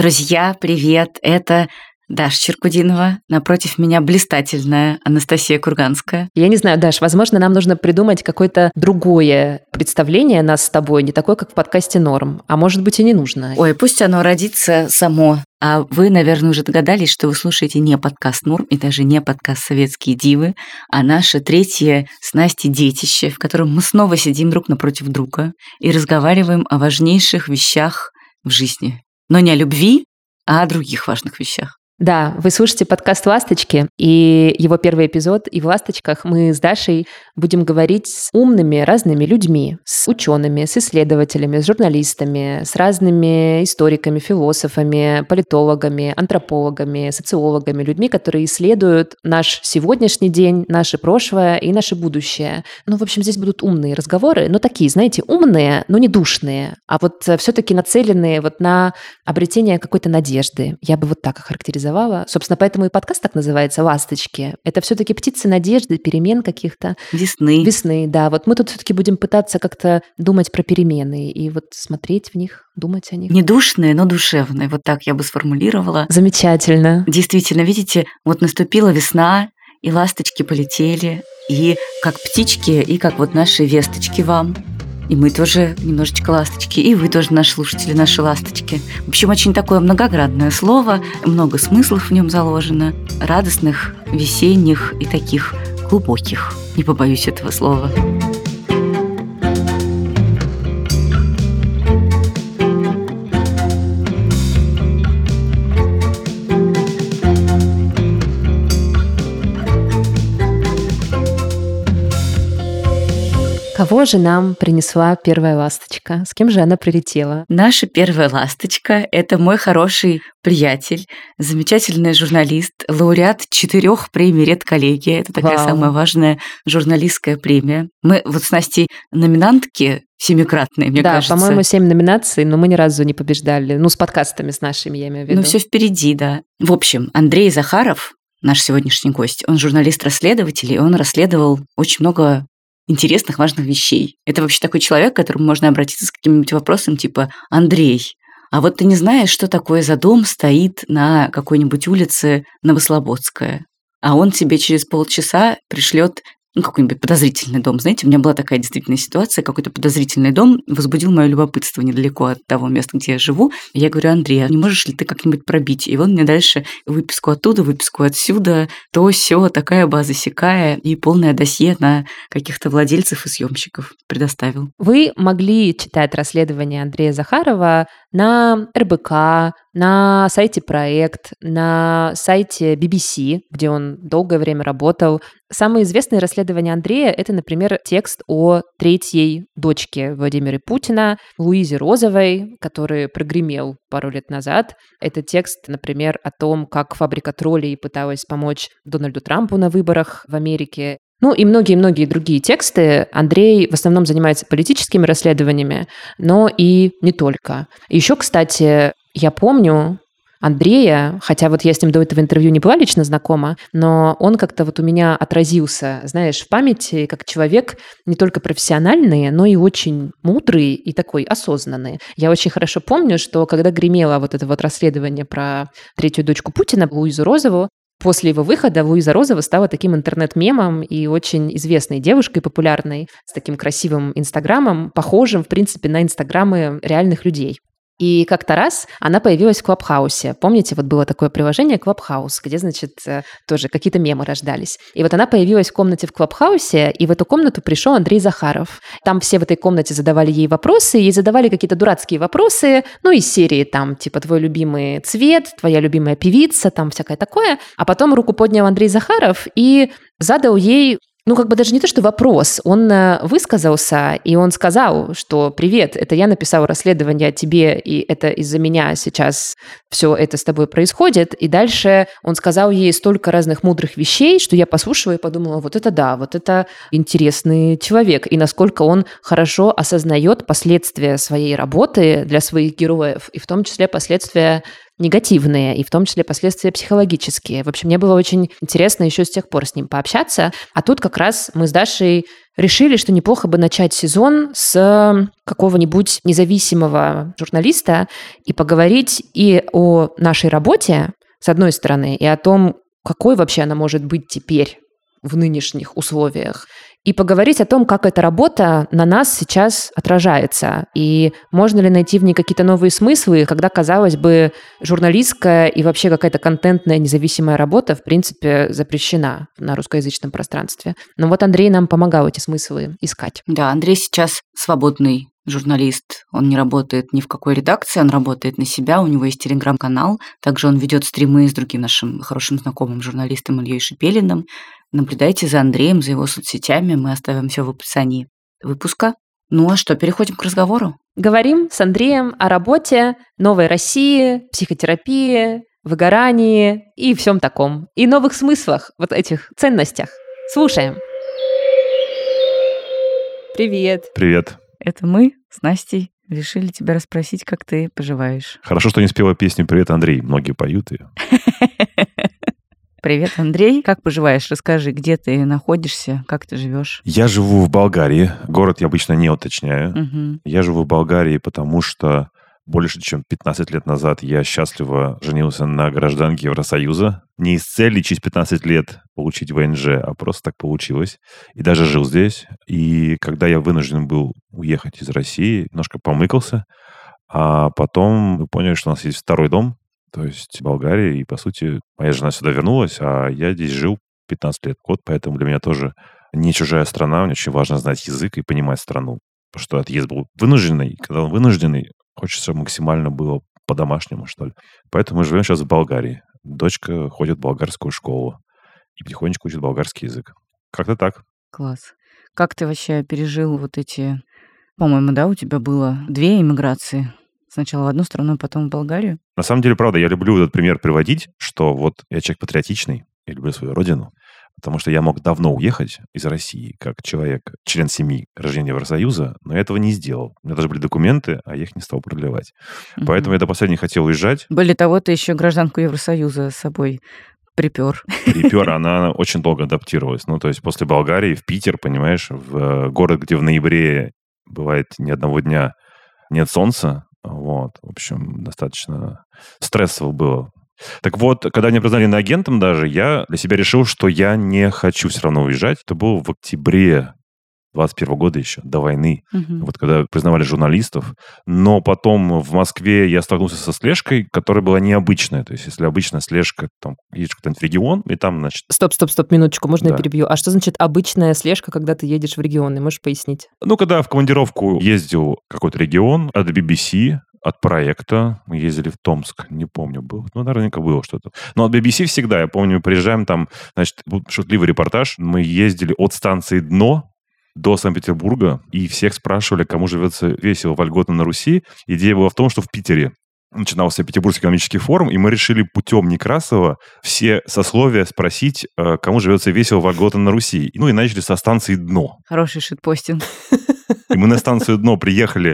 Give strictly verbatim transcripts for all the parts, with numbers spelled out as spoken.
Друзья, привет! Это Даша Черкудинова. Напротив меня блистательная Анастасия Курганская. Я не знаю, Даш, возможно, нам нужно придумать какое-то другое представление нас с тобой, не такое, как в подкасте «Норм». А может быть, и не нужно. Ой, пусть оно родится само. А вы, наверное, уже догадались, что вы слушаете не подкаст «Норм» и даже не подкаст «Советские дивы», а наше третье с Настей детище, в котором мы снова сидим друг напротив друга и разговариваем о важнейших вещах в жизни. Но не о любви, а о других важных вещах. Да, вы слушаете подкаст «Ласточки» и его первый эпизод. И в «Ласточках» мы с Дашей будем говорить с умными разными людьми, с учеными, с исследователями, с журналистами, с разными историками, философами, политологами, антропологами, социологами, людьми, которые исследуют наш сегодняшний день, наше прошлое и наше будущее. Ну, в общем, здесь будут умные разговоры, но такие, знаете, умные, но не душные, а вот все-таки нацеленные вот на обретение какой-то надежды. Я бы вот так охарактеризовала. Собственно, поэтому и подкаст так называется «Ласточки». Это все-таки птицы надежды, перемен каких-то. Весны. Весны, да. Вот мы тут все-таки будем пытаться как-то думать про перемены и вот смотреть в них, думать о них. Не душные, но душевные. Вот так я бы сформулировала. Замечательно. Действительно, видите, вот наступила весна, и ласточки полетели, и как птички, и как вот наши весточки вам. И мы тоже немножечко ласточки, и вы тоже, наши слушатели, наши ласточки. В общем, очень такое многоградное слово, много смыслов в нем заложено, радостных, весенних и таких глубоких. Не побоюсь этого слова. Кого же нам принесла первая ласточка? С кем же она прилетела? Наша первая ласточка – это мой хороший приятель, замечательный журналист, лауреат четырех премий «Редколлегия». Это такая Вау. Самая важная журналистская премия. Мы вот с Настей номинантки семикратные, мне да, кажется. Да, по-моему, семь номинаций, но мы ни разу не побеждали. Ну, с подкастами, с нашими, я имею в виду. Ну, все впереди, да. В общем, Андрей Захаров, наш сегодняшний гость, он журналист-расследователь, и он расследовал очень много интересных, важных вещей. Это вообще такой человек, к которому можно обратиться с каким-нибудь вопросом типа «Андрей, а вот ты не знаешь, что такое за дом стоит на какой-нибудь улице Новослободская?» А он тебе через полчаса пришлет ну, какой-нибудь подозрительный дом. Знаете, у меня была такая действительно ситуация, какой-то подозрительный дом возбудил мое любопытство недалеко от того места, где я живу. И я говорю: Андрей, а не можешь ли ты как-нибудь пробить? И он мне дальше выписку оттуда, выписку отсюда, то сё, такая база сякая, и полное досье на каких-то владельцев и съемщиков предоставил. Вы могли читать расследование Андрея Захарова на эр бэ ка, на сайте «Проект», на сайте би би си, где он долгое время работал. Самые известные расследования Андрея — это, например, текст о третьей дочке Владимира Путина, Луизе Розовой, который прогремел пару лет назад. Это текст, например, о том, как фабрика троллей пыталась помочь Дональду Трампу на выборах в Америке. Ну и многие-многие другие тексты. Андрей в основном занимается политическими расследованиями, но и не только. Еще, кстати, я помню Андрея, хотя вот я с ним до этого интервью не была лично знакома, но он как-то вот у меня отразился, знаешь, в памяти как человек не только профессиональный, но и очень мудрый и такой осознанный. Я очень хорошо помню, что когда гремело вот это вот расследование про третью дочку Путина, Луизу Розову, после его выхода Луиза Розова стала таким интернет-мемом и очень известной девушкой, популярной, с таким красивым инстаграмом, похожим, в принципе, на инстаграмы реальных людей. И как-то раз она появилась в Клабхаусе. Помните, вот было такое приложение Клабхаус, где, значит, тоже какие-то мемы рождались. И вот она появилась в комнате в Клабхаусе, и в эту комнату пришел Андрей Захаров. Там все в этой комнате задавали ей вопросы, ей задавали какие-то дурацкие вопросы, ну, из серии там, типа, твой любимый цвет, твоя любимая певица, там всякое такое. А потом руку поднял Андрей Захаров и задал ей Ну, как бы даже не то, что вопрос. Он высказался, и он сказал, что «Привет, это я написал расследование о тебе, и это из-за меня сейчас все это с тобой происходит». И дальше он сказал ей столько разных мудрых вещей, что я послушала и подумала, вот это да, вот это интересный человек. И насколько он хорошо осознает последствия своей работы для своих героев, и в том числе последствия негативные, и в том числе последствия психологические. В общем, мне было очень интересно еще с тех пор с ним пообщаться. А тут как раз мы с Дашей решили, что неплохо бы начать сезон с какого-нибудь независимого журналиста и поговорить и о нашей работе, с одной стороны, и о том, какой вообще она может быть теперь в нынешних условиях, и поговорить о том, как эта работа на нас сейчас отражается, и можно ли найти в ней какие-то новые смыслы, когда, казалось бы, журналистская и вообще какая-то контентная независимая работа, в принципе, запрещена на русскоязычном пространстве. Но вот Андрей нам помогал эти смыслы искать. Да, Андрей сейчас свободный журналист, он не работает ни в какой редакции, он работает на себя, у него есть телеграм-канал, также он ведет стримы с другим нашим хорошим знакомым журналистом Ильей Шипелиным. Наблюдайте за Андреем, за его соцсетями, мы оставим все в описании выпуска. Ну а что, переходим к разговору? Говорим с Андреем о работе, новой России, психотерапии, выгорании и всем таком. И новых смыслах, вот этих ценностях. Слушаем. Привет. Привет. Это мы с Настей решили тебя расспросить, как ты поживаешь. Хорошо, что не спела песню «Привет, Андрей». Многие поют ее. Привет, Андрей. Как поживаешь? Расскажи, где ты находишься, как ты живешь? Я живу в Болгарии. Город я обычно не уточняю. Угу. Я живу в Болгарии, потому что больше чем пятнадцать лет назад я счастливо женился на гражданке Евросоюза. Не из цели через пятнадцать лет получить вэ эн жэ, а просто так получилось. И даже жил здесь. И когда я вынужден был уехать из России, немножко помыкался. А потом мы поняли, что у нас есть второй дом, то есть Болгария. И, по сути, моя жена сюда вернулась, а я здесь жил пятнадцать лет. Год, поэтому для меня тоже не чужая страна. Мне очень важно знать язык и понимать страну. Потому что отъезд был вынужденный. Когда он вынужденный, хочется максимально было по-домашнему, что ли. Поэтому мы живем сейчас в Болгарии. Дочка ходит в болгарскую школу и потихонечку учит болгарский язык. Как-то так. Класс. Как ты вообще пережил вот эти... По-моему, да, у тебя было две иммиграции. Сначала в одну страну, потом в Болгарию. На самом деле, правда, я люблю этот пример приводить, что вот я человек патриотичный, я люблю свою родину, потому что я мог давно уехать из России, как человек, член семьи, гражданин Евросоюза, но я этого не сделал. У меня даже были документы, а я их не стал продлевать. Угу. Поэтому я до последнего хотел уезжать. Более того, ты еще гражданку Евросоюза с собой припер. Припер, она, она очень долго адаптировалась. Ну, то есть после Болгарии в Питер, понимаешь, в город, где в ноябре бывает ни одного дня нет солнца. Вот, в общем, достаточно стрессово было. Так вот, когда меня признали иноагентом даже, я для себя решил, что я не хочу все равно уезжать. Это было в октябре двадцать первого года еще, до войны. Угу. Вот когда признавали журналистов. Но потом в Москве я столкнулся со слежкой, которая была необычная. То есть, если обычная слежка, там, едешь куда-нибудь в регион, и там, значит... Стоп, стоп, стоп, минуточку, можно да. я перебью? А что значит обычная слежка, когда ты едешь в регион? Можешь пояснить? Ну, когда в командировку ездил какой-то регион от би би си, от проекта. Мы ездили в Томск, не помню, было. Ну, наверняка было что-то. Но от би би си всегда, я помню, мы приезжаем там, значит, шутливый репортаж. Мы ездили от станции «Дно» до Санкт-Петербурга, и всех спрашивали, кому живется весело, вольготно на Руси. Идея была в том, что в Питере начинался Петербургский экономический форум, и мы решили путем Некрасова все сословия спросить, кому живется весело, вольготно на Руси. Ну и начали со станции «Дно». Хороший шитпостинг. И мы на станцию «Дно» приехали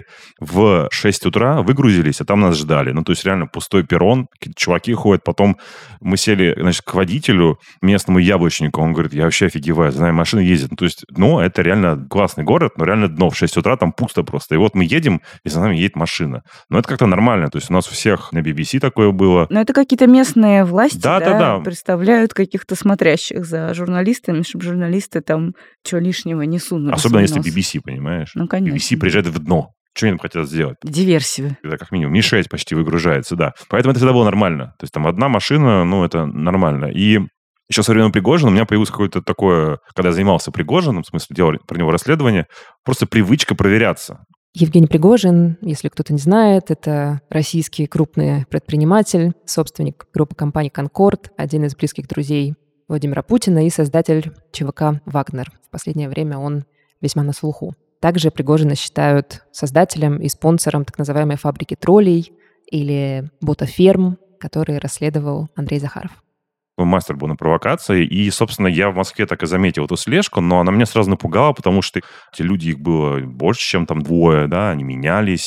в шесть утра, выгрузились, а там нас ждали. Ну, то есть реально пустой перрон, какие-то чуваки ходят. Потом мы сели, значит, к водителю, местному яблочнику. Он говорит, я вообще офигеваю, за нами машины ездят. Ну, то есть «Дно» — это реально классный город, но реально «Дно» в шесть утра там пусто просто. И вот мы едем, и за нами едет машина. Но это как-то нормально. То есть у нас у всех на би би си такое было. Но это какие-то местные власти, да, да, да, да. представляют каких-то смотрящих за журналистами, чтобы журналисты там чего лишнего не сунули. Особенно если би би си, понимаешь? Ну, конечно. би би си приезжает в «Дно». Что они там хотят сделать? Диверсию. Это как минимум. Ми шесть почти выгружается, да. Поэтому это всегда было нормально. То есть там одна машина, ну, это нормально. И еще со временем Пригожина у меня появилось какое-то такое, когда я занимался Пригожиным, в смысле делал про него расследование, просто привычка проверяться. Евгений Пригожин, если кто-то не знает, это российский крупный предприниматель, собственник группы компаний «Конкорд», один из близких друзей Владимира Путина и создатель ЧВК «Вагнер». В последнее время он весьма на слуху. Также Пригожина считают создателем и спонсором так называемой фабрики троллей или ботаферм, который расследовал Андрей Захаров. Мастер был на провокации, и, собственно, я в Москве так и заметил эту слежку, но она меня сразу напугала, потому что эти люди, их было больше, чем там двое, да, они менялись,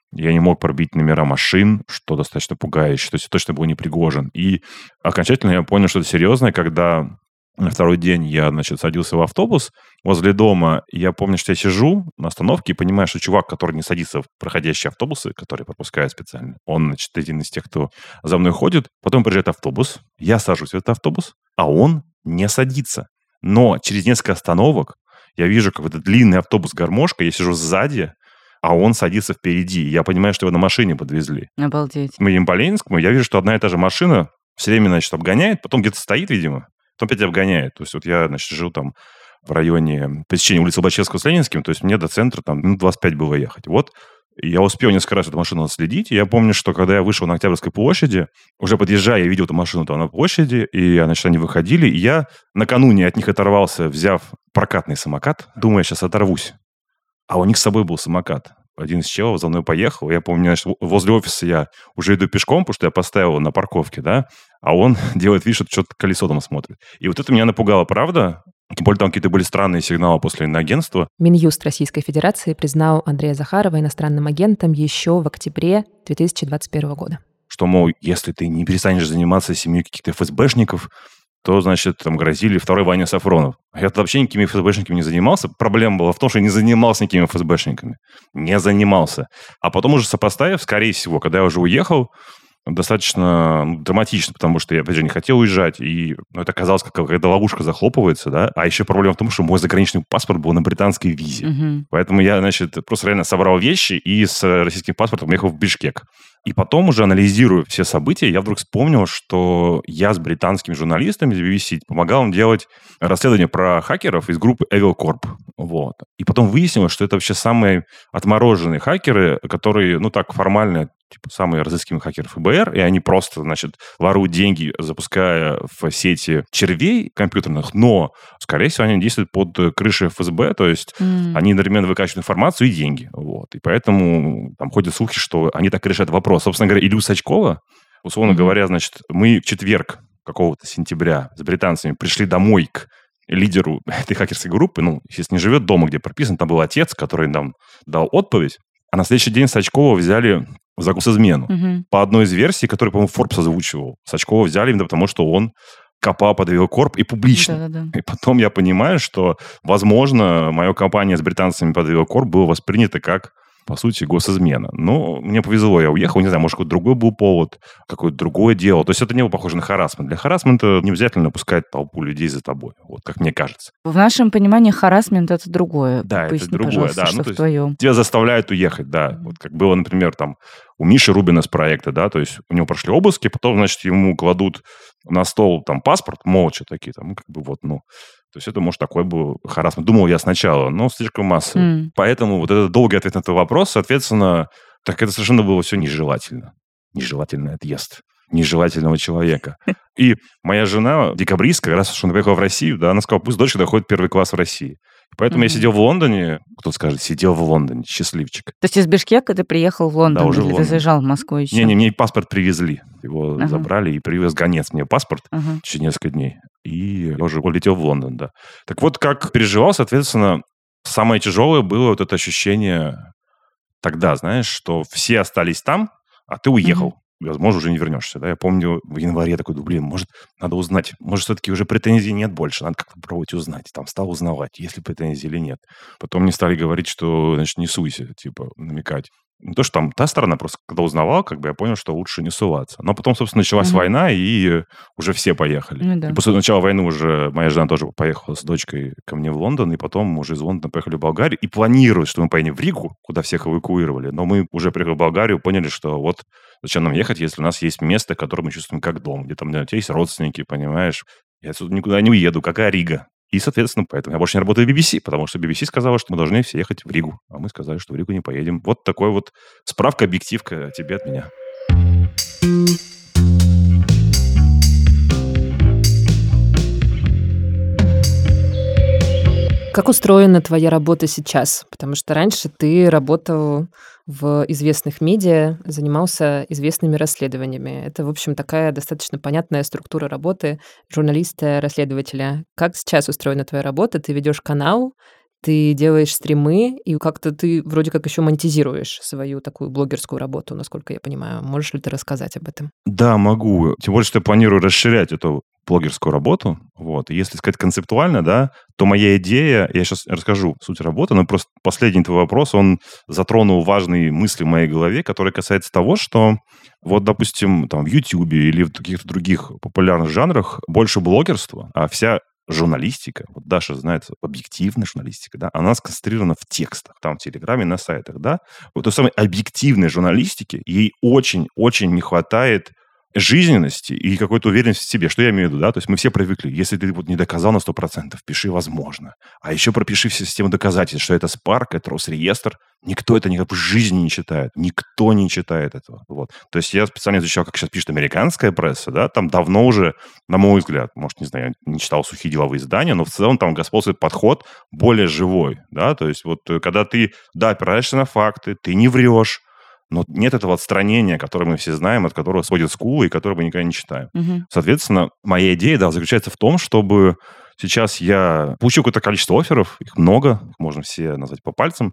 Я не мог пробить номера машин, что достаточно пугающе. То есть я точно был не Пригожин. И окончательно я понял, что это серьезно, когда на второй день я, значит, садился в автобус возле дома. И я помню, что я сижу на остановке и понимаю, что чувак, который не садится в проходящие автобусы, которые пропускают специально, он, значит, один из тех, кто за мной ходит. Потом приезжает автобус, я сажусь в этот автобус, а он не садится. Но через несколько остановок я вижу, как этот длинный автобус гармошка, я сижу сзади, а он садится впереди. Я понимаю, что его на машине подвезли. Обалдеть. Мы едем по Ленинскому, я вижу, что одна и та же машина все время, значит, обгоняет, потом где-то стоит, видимо, потом опять обгоняет. То есть вот я, значит, жил там в районе пересечения улицы Лобачевского с Ленинским, то есть мне до центра там минут двадцать пять было ехать. Вот я успел несколько раз эту машину отследить, и я помню, что когда я вышел на Октябрьской площади, уже подъезжая, я видел эту машину там на площади, и, значит, они выходили, и я накануне от них оторвался, взяв прокатный самокат, думаю, я сейчас оторвусь. А у них с собой был самокат. Один из челов за мной поехал. Я помню, значит, возле офиса я уже иду пешком, потому что я поставил на парковке, да, а он делает вид, что что-то колесо там смотрит. И вот это меня напугало, правда. Тем более там какие-то были странные сигналы после иноагентства. Минюст Российской Федерации признал Андрея Захарова иностранным агентом еще в октябре две тысячи двадцать первого года. Что, мол, если ты не перестанешь заниматься семьей каких-то эф эс бэшников, то, значит, там грозили второй Ваня Сафронов. Я тогда вообще никакими эф эс бэшниками не занимался. Проблема была в том, что я не занимался никакими эф эс бэшниками. Не занимался. А потом уже сопоставив, скорее всего, когда я уже уехал, достаточно ну, драматично, потому что я, опять же, не хотел уезжать, и ну, это казалось, как какая-то ловушка захлопывается, да, а еще проблема в том, что мой заграничный паспорт был на британской визе. Мгм. Поэтому я, значит, просто реально собрал вещи и с российским паспортом уехал в Бишкек. И потом уже, анализируя все события, я вдруг вспомнил, что я с британскими журналистами из би би си помогал им делать расследование про хакеров из группы Evil Corp. Вот. И потом выяснилось, что это вообще самые отмороженные хакеры, которые, ну так, формально, типа, самые разыскиваемые хакеры эф бэ эр, и они просто, значит, воруют деньги, запуская в сети червей компьютерных, но, скорее всего, они действуют под крышей эф эс бэ, то есть М. они одновременно выкачивают информацию и деньги. Вот. И поэтому там ходят слухи, что они так решают вопрос. Собственно говоря, Илью Сачкова, условно Мгм. говоря, значит, мы в четверг какого-то сентября с британцами пришли домой к лидеру этой хакерской группы, ну, естественно, не живет дома, где прописан, там был отец, который нам дал отповедь, а на следующий день Сачкова взяли за госизмену. Мгм. По одной из версий, которую, по-моему, Forbes озвучивал, Сачкова взяли именно потому, что он копал под Evil Corp и публично. Да-да-да. И потом я понимаю, что, возможно, мое компания с британцами под Evil Corp было воспринято как, по сути, госизмена. Но мне повезло, я уехал, не знаю, может, какой-то другой был повод, какое-то другое дело. То есть это не было похоже на харассмент. Для харассмента не обязательно пускать толпу людей за тобой, вот как мне кажется. В нашем понимании харассмент — это другое. Да, это Поясни, другое, пожалуйста, да. что Ну, то в есть твоем. тебя заставляют уехать, да. Вот как было, например, там у Миши Рубина с проекта, да, то есть у него прошли обыски, потом, значит, ему кладут на стол там паспорт, молча такие, там, ну, как бы вот, ну, то есть это, может, такой был харассмент. Думал я сначала, но слишком массовый. М. Поэтому вот этот долгий ответ на этот вопрос, соответственно, так это совершенно было все нежелательно. Нежелательный отъезд нежелательного человека. И моя жена, декабристка, раз уж она приехала в Россию, да, она сказала, пусть дочка доходит первый класс в России. Поэтому я Мгм. сидел в Лондоне, кто скажет, сидел в Лондоне, счастливчик. То есть из Бишкека ты приехал в Лондон, уже в или ты Лондон. заезжал в Москву еще? Не-не, мне паспорт привезли. Его Ага. забрали, и привез гонец мне паспорт Ага. через несколько дней. И я уже улетел в Лондон, да. Так вот, как переживал, соответственно, самое тяжелое было вот это ощущение тогда, знаешь, что все остались там, а ты уехал. Мгм. Возможно, уже не вернешься, да. Я помню, в январе такой, думаю, блин, может, надо узнать. Может, все-таки уже претензий нет больше. Надо как-то попробовать узнать. Там стал узнавать, есть ли претензии или нет. Потом мне стали говорить, что, значит, не суйся, типа, намекать. Не то, что там та сторона, просто когда узнавал, как бы я понял, что лучше не суваться. Но потом, собственно, началась Мгм. война, и уже все поехали. Ну да. И после начала войны уже моя жена тоже поехала с дочкой ко мне в Лондон, и потом мы уже из Лондона поехали в Болгарию, и планируют, что мы поедем в Ригу, куда всех эвакуировали. Но мы уже приехали в Болгарию, поняли, что вот зачем нам ехать, если у нас есть место, которое мы чувствуем как дом, где там у тебя есть родственники, понимаешь? Я отсюда никуда не уеду, какая Рига? И, соответственно, поэтому я больше не работаю в би би си, потому что би би си сказала, что мы должны все ехать в Ригу. А мы сказали, что в Ригу не поедем. Вот такой вот справка, объективка о тебе от меня. Как устроена твоя работа сейчас? Потому что раньше ты работал в известных медиа, занимался известными расследованиями. Это, в общем, такая достаточно понятная структура работы журналиста-расследователя. Как сейчас устроена твоя работа? Ты ведешь канал, ты делаешь стримы, и как-то ты вроде как еще монетизируешь свою такую блогерскую работу, насколько я понимаю. Можешь ли ты рассказать об этом? Да, могу. Тем более, что я планирую расширять эту блогерскую работу. Вот. И если сказать концептуально, да, то моя идея, я сейчас расскажу суть работы, но просто последний твой вопрос, он затронул важные мысли в моей голове, которые касаются того, что вот, допустим, там в Ютьюбе или в каких-то других популярных жанрах больше блогерства, а вся журналистика, вот Даша знает, объективная журналистика, да, она сконцентрирована в текстах, там, в Телеграме, на сайтах, да. Вот той самой объективной журналистики ей очень-очень не хватает жизненности и какой-то уверенности в себе. Что я имею в виду, да? То есть мы все привыкли, если ты вот не доказал на сто процентов, пиши «возможно». А еще пропиши всю систему доказательств, что это Spark, это Росреестр. Никто это никак в жизни не читает. Никто не читает этого. Вот. То есть я специально изучал, как сейчас пишет американская пресса, да, там давно уже, на мой взгляд, может, не знаю, я не читал сухие деловые издания, но в целом там господствует подход более живой, да, то есть вот когда ты, да, опираешься на факты, ты не врешь, но нет этого отстранения, которое мы все знаем, от которого сводят скулы и которое мы никогда не читаем. Мгм. Соответственно, моя идея, да, заключается в том, чтобы сейчас я получил какое-то количество офферов, их много, их можно все назвать по пальцам,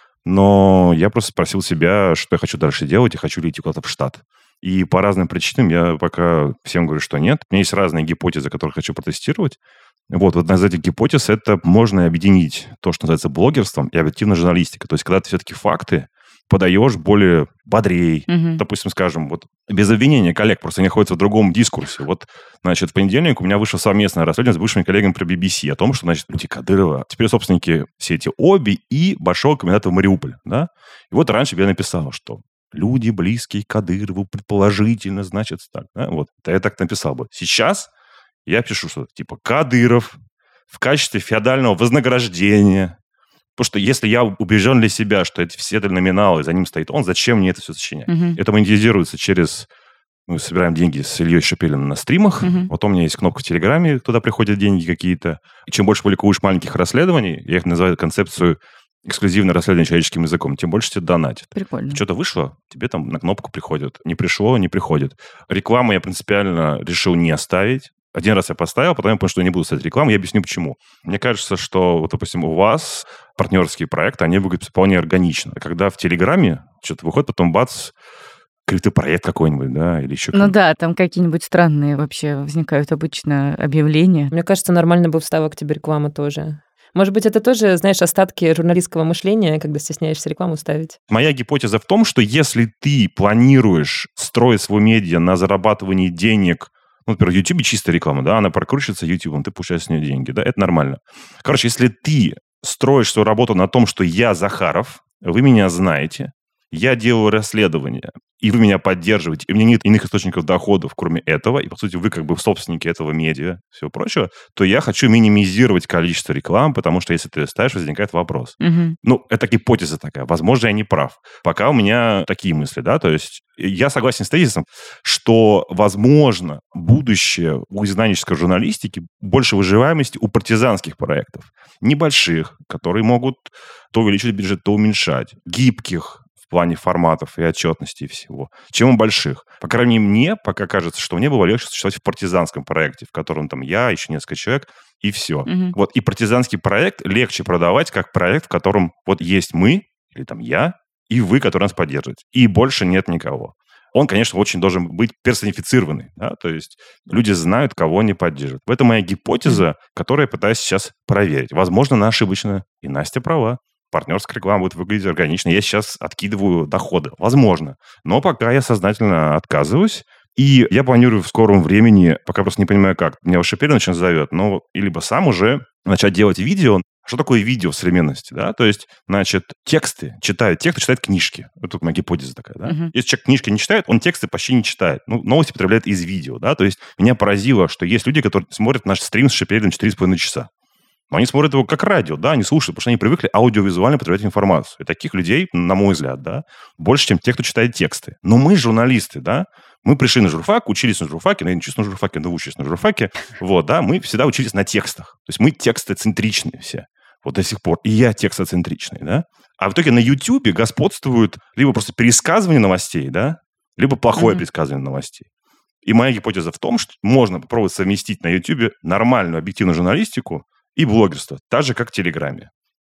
но я просто спросил себя, что я хочу дальше делать и хочу ли идти куда-то в штат. И по разным причинам я пока всем говорю, что нет. У меня есть разные гипотезы, которые хочу протестировать. Вот, вот из этих гипотез это можно объединить то, что называется блогерством и объективной журналистикой. То есть, когда ты все-таки факты подаешь более бодрей. Мгм. Допустим, скажем, вот без обвинения коллег, просто они находятся в другом дискурсе. Вот, значит, в понедельник у меня вышло совместное расследование с бывшими коллегами про би би си о том, что, значит, люди Кадырова теперь собственники сети Оби и большого комбината в Мариуполе, да? И вот раньше я написал, что люди, близкие к Кадырову, предположительно, значит, так, да? Вот, да, я так написал бы. Сейчас я пишу, что типа Кадыров в качестве феодального вознаграждения. Потому что если я убежден для себя, что эти все номиналы, за ним стоит он, зачем мне это все сочинять? Мгм. Это монетизируется через... Мы собираем деньги с Ильей Шапелиным на стримах. Мгм. Потом у меня есть кнопка в Телеграме, туда приходят деньги какие-то. И чем больше публикуешь маленьких расследований, я их называю концепцию эксклюзивное расследование человеческим языком, тем больше тебе донатят. Прикольно. Что-то вышло, тебе там на кнопку приходит. Не пришло, не приходит. Рекламу я принципиально решил не оставить. Один раз я поставил, потом я понял, что я не буду ставить рекламу. Я объясню, почему. Мне кажется, что, вот, допустим, у вас партнерские проекты, они выглядят вполне органично. Когда в Телеграме что-то выходит, потом бац, криптопроект какой-нибудь, да, или еще Ну какой-нибудь. да, там какие-нибудь странные вообще возникают обычно объявления. Мне кажется, нормально бы вставок тебе реклама тоже. Может быть, это тоже, знаешь, остатки журналистского мышления, когда стесняешься рекламу ставить. Моя гипотеза в том, что если ты планируешь строить свой медиа на зарабатывании денег, ну, например, в Ютубе чистая реклама, да, она прокручивается Ютубом, ты получаешь с нее деньги, да, это нормально. Короче, если ты строишь свою работу на том, что я Захаров, вы меня знаете, я делаю расследование, и вы меня поддерживаете, и у меня нет иных источников доходов, кроме этого, и, по сути, вы как бы собственники этого медиа и всего прочего, то я хочу минимизировать количество рекламы, потому что если ты ее ставишь, возникает вопрос. Мгм. Ну, это гипотеза такая. Возможно, я не прав. Пока у меня такие мысли, да, то есть я согласен с тезисом, что, возможно, будущее у издательской журналистики больше выживаемости у партизанских проектов. Небольших, которые могут то увеличивать бюджет, то уменьшать. Гибких в плане форматов и отчетности и всего, чем у больших. По крайней мере, мне пока кажется, что мне было легче существовать в партизанском проекте, в котором там я, еще несколько человек, и все. Мгм. Вот, и партизанский проект легче продавать, как проект, в котором вот есть мы, или там я, и вы, который нас поддерживаете. И больше нет никого. Он, конечно, очень должен быть персонифицированный, да, то есть люди знают, кого они поддерживают. Это моя гипотеза, которую я пытаюсь сейчас проверить. Возможно, она ошибочная, и Настя права. Партнерская реклама будет выглядеть органично. Я сейчас откидываю доходы. Возможно. Но пока я сознательно отказываюсь. И я планирую в скором времени, пока просто не понимаю как, меня Шапелин очень зовет, но и либо сам уже начать делать видео. Что такое видео в современности, да? То есть, значит, тексты читают те, кто читает книжки. Вот тут моя гипотеза такая, да? Мгм. Если человек книжки не читает, он тексты почти не читает. Ну, новости потребляет из видео, да? То есть, меня поразило, что есть люди, которые смотрят наш стрим с Шапелиным четыре с половиной часа. Но они смотрят его как радио, да, они слушают, потому что они привыкли аудиовизуально потреблять информацию. И таких людей, на мой взгляд, да, больше, чем те, кто читает тексты. Но мы журналисты, да, мы пришли на журфак, учились на журфаке, ну, я не учусь на журфаке, но учусь на журфаке, вот, да, мы всегда учились на текстах. То есть мы текстоцентричные все, вот до сих пор. И я текстоцентричный, да. А в итоге на Ютубе господствуют либо просто пересказывание новостей, да, либо плохое Мгм. пересказывание новостей. И моя гипотеза в том, что можно попробовать совместить на Ютубе нормальную объективную журналистику и блогерство, так же, как в Телеграме.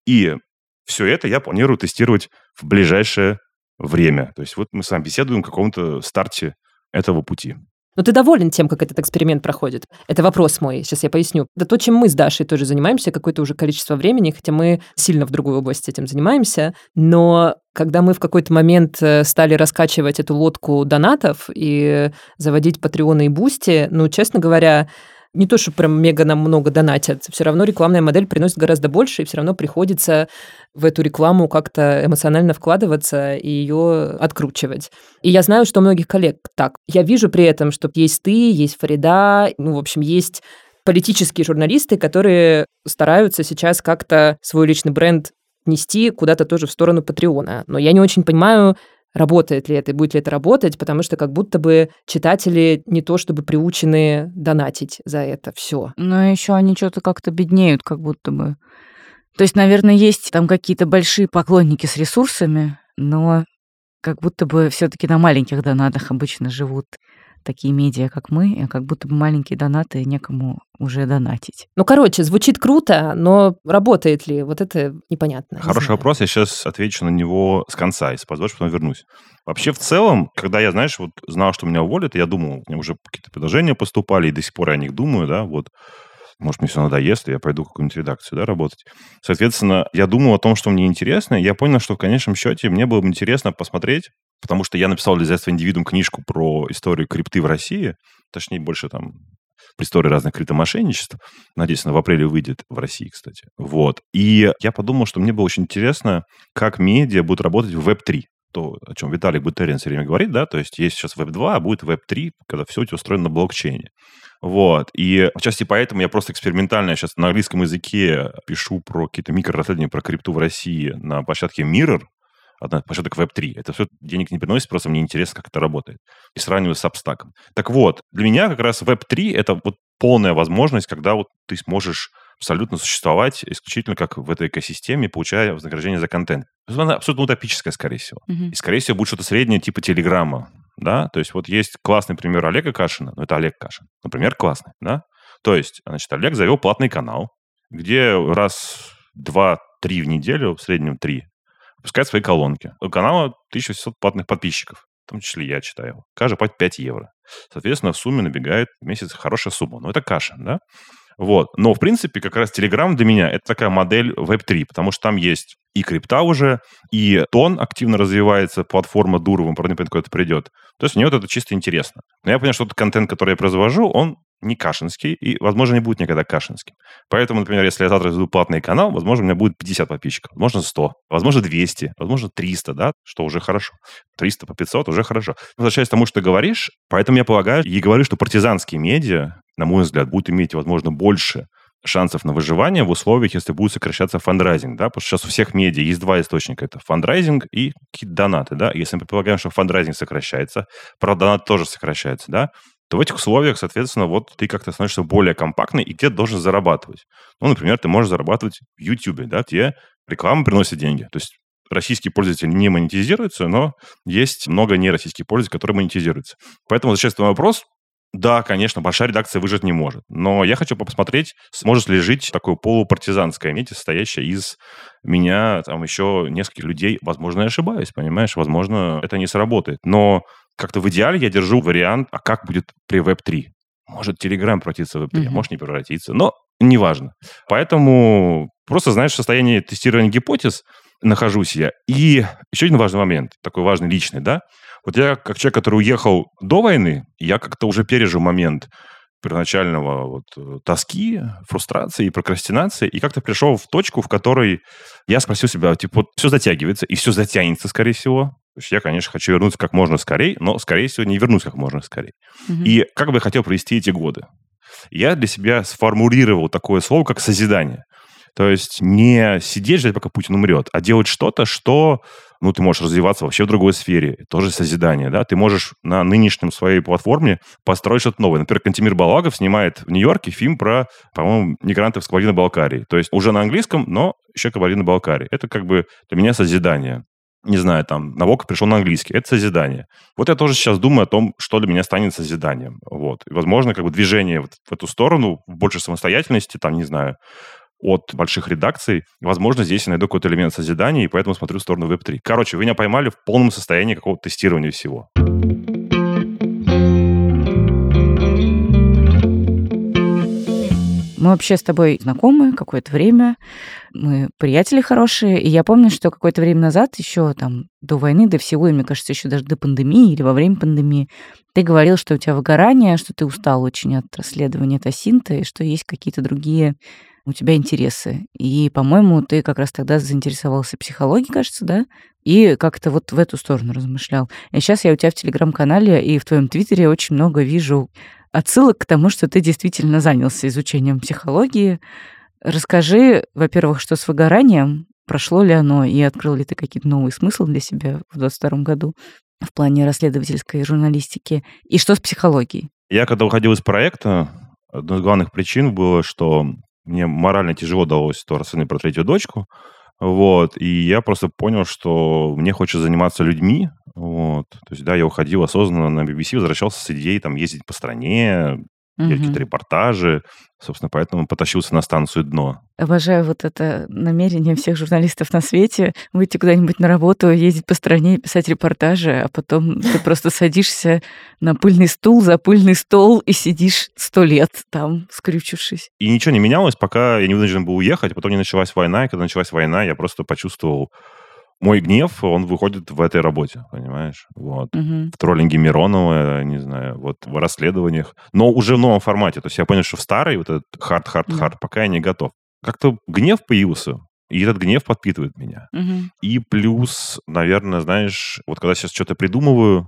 И все это я планирую тестировать в ближайшее время. То есть вот мы с вами беседуем о каком-то старте этого пути. Но ты доволен тем, как этот эксперимент проходит? Это вопрос мой, сейчас я поясню. Да то, чем мы с Дашей тоже занимаемся какое-то уже количество времени, хотя мы сильно в другой области этим занимаемся, но когда мы в какой-то момент стали раскачивать эту лодку донатов и заводить Патреоны и Бусти, ну, честно говоря, не то, что прям мега нам много донатят, все равно рекламная модель приносит гораздо больше, и все равно приходится в эту рекламу как-то эмоционально вкладываться и ее откручивать. И я знаю, что у многих коллег так. Я вижу при этом, что есть ты, есть Фарида, ну, в общем, есть политические журналисты, которые стараются сейчас как-то свой личный бренд нести куда-то тоже в сторону Патреона. Но я не очень понимаю, работает ли это и будет ли это работать, потому что как будто бы читатели не то чтобы приучены донатить за это все. Но еще они что-то как-то беднеют, как будто бы. То есть, наверное, есть там какие-то большие поклонники с ресурсами, но как будто бы все-таки на маленьких донатах обычно живут такие медиа, как мы, а как будто бы маленькие донаты некому уже донатить. Ну, короче, звучит круто, но работает ли? Вот это непонятно. Хороший не вопрос, я сейчас отвечу на него с конца, если позволишь, потом вернусь. Вообще, в целом, когда я, знаешь, вот знал, что меня уволят, я думал, мне уже какие-то предложения поступали, и до сих пор я о них думаю, да, вот. Может, мне все надоест, и я пойду в какую-нибудь редакцию, да, работать. Соответственно, я думал о том, что мне интересно, и я понял, что в конечном счете мне было бы интересно посмотреть, потому что я написал для издательства «Индивидуум» книжку про историю крипты в России, точнее, больше там про историю разных криптомошенничеств. Надеюсь, она в апреле выйдет в России, кстати. Вот. И я подумал, что мне было очень интересно, как медиа будут работать в веб три. То, о чем Виталик Бутерин все время говорит, да, то есть есть сейчас веб два, а будет веб три, когда все это устроено на блокчейне. Вот. И в частности поэтому я просто экспериментально сейчас на английском языке пишу про какие-то микрорасследования про крипту в России на площадке Mirror, одна из площадок веб три. Это все денег не приносит, просто мне интересно, как это работает. И сравниваю с Substack. Так вот, для меня как раз веб три это вот полная возможность, когда вот ты сможешь абсолютно существовать исключительно как в этой экосистеме, получая вознаграждение за контент. Она абсолютно утопическая, скорее всего. Мгм. И, скорее всего, будет что-то среднее типа Телеграма, да? То есть вот есть классный пример Олега Кашина, но это Олег Кашин. Например, классный, да? То есть, значит, Олег завел платный канал, где раз, два, три в неделю, в среднем три, выпускает свои колонки. У канала тысяча восемьсот платных подписчиков, в том числе я читаю его. Каждый платит пять евро. Соответственно, в сумме набегает в месяц хорошая сумма. Но это Кашин, да? Вот. Но, в принципе, как раз Telegram для меня это такая модель веб три, потому что там есть и крипта уже, и тон активно развивается, платформа Дурова, правда, не понятно, куда это придет. То есть мне вот это чисто интересно. Но я понимаю, что тот контент, который я произвожу, он не кашинский и, возможно, не будет никогда кашинским. Поэтому, например, если я завтра заведу платный канал, возможно, у меня будет пятьдесят подписчиков, возможно, сто, возможно, двести, возможно, триста, да, что уже хорошо. триста по пятьсот уже хорошо. Возвращаясь к тому, что ты говоришь, поэтому я полагаю и говорю, что партизанские медиа, на мой взгляд, будут иметь, возможно, больше шансов на выживание в условиях, если будет сокращаться фандрайзинг, да, потому что сейчас у всех медиа есть два источника, это фандрайзинг и какие-то донаты, да, если мы предполагаем, что фандрайзинг сокращается, правда, донат тоже сокращается, да, то в этих условиях, соответственно, вот ты как-то становишься более компактный и где-то должен зарабатывать. Ну, например, ты можешь зарабатывать в Ютубе, да, где реклама приносит деньги, то есть российские пользователи не монетизируются, но есть много нероссийских пользователей, которые монетизируются. Поэтому, возвращаясь к твоему вопросу, да, конечно, большая редакция выжить не может. Но я хочу посмотреть, сможет ли жить такое полупартизанское медиа, состоящее из меня, там, еще нескольких людей. Возможно, я ошибаюсь, понимаешь? Возможно, это не сработает. Но как-то в идеале я держу вариант, а как будет при веб три? Может, Telegram превратится в веб три, mm-hmm. а может, не превратится. Но неважно. Поэтому просто, знаешь, в состоянии тестирования гипотез нахожусь я. И еще один важный момент, такой важный личный, да? Вот я, как человек, который уехал до войны, я как-то уже пережил момент первоначального вот, тоски, фрустрации и прокрастинации, и как-то пришел в точку, в которой я спросил себя, типа, вот все затягивается, и все затянется, скорее всего. То есть я, конечно, хочу вернуться как можно скорее, но, скорее всего, не вернусь как можно скорее. Mm-hmm. И как бы я хотел провести эти годы? Я для себя сформулировал такое слово, как созидание. То есть не сидеть, ждать, пока Путин умрет, а делать что-то, что, ну, ты можешь развиваться вообще в другой сфере. Тоже созидание, да? Ты можешь на нынешнем своей платформе построить что-то новое. Например, Кантемир Балагов снимает в Нью-Йорке фильм про, по-моему, мигрантов с Кабардино-Балкарии. То есть уже на английском, но еще Кабардино-Балкарии. Это как бы для меня созидание. Не знаю, там, Набоков пришел на английский. Это созидание. Вот я тоже сейчас думаю о том, что для меня станет созиданием. Вот. И, возможно, как бы движение вот в эту сторону, в большей самостоятельности, там, не знаю, от больших редакций. Возможно, здесь я найду какой-то элемент созидания, и поэтому смотрю в сторону веб три. Короче, вы меня поймали в полном состоянии какого-то тестирования всего. Мы вообще с тобой знакомы какое-то время, мы приятели хорошие, и я помню, что какое-то время назад, еще там до войны, до всего, и мне кажется, еще даже до пандемии или во время пандемии, ты говорил, что у тебя выгорание, что ты устал очень от расследования, от Асинта, и что есть какие-то другие у тебя интересы. И, по-моему, ты как раз тогда заинтересовался психологией, кажется, да? И как-то вот в эту сторону размышлял. И сейчас я у тебя в Телеграм-канале и в твоем Твиттере очень много вижу отсылок к тому, что ты действительно занялся изучением психологии. Расскажи, во-первых, что с выгоранием, прошло ли оно, и открыл ли ты какие-то новые смыслы для себя в двадцать втором году в плане расследовательской журналистики, и что с психологией? Я когда уходил из проекта, одной из главных причин было, что мне морально тяжело далось то расследование про третью дочку, вот, и я просто понял, что мне хочется заниматься людьми, вот, то есть, да, я уходил осознанно на би би си, возвращался с идеей там ездить по стране, делать какие-то Мгм. репортажи, собственно, поэтому потащился на станцию «Дно». Обожаю вот это намерение всех журналистов на свете выйти куда-нибудь на работу, ездить по стране и писать репортажи, а потом ты просто садишься на пыльный стул за пыльный стол и сидишь сто лет там, скрючившись. И ничего не менялось, пока я не вынужден был уехать, потом не началась война, и когда началась война, я просто почувствовал мой гнев, он выходит в этой работе, понимаешь? Вот. Мгм. В троллинге Миронова, не знаю, вот в расследованиях, но уже в новом формате. То есть я понял, что в старый вот этот хард-хард-хард Да. пока я не готов. Как-то гнев появился, и этот гнев подпитывает меня. Мгм. И плюс, наверное, знаешь, вот когда сейчас что-то придумываю,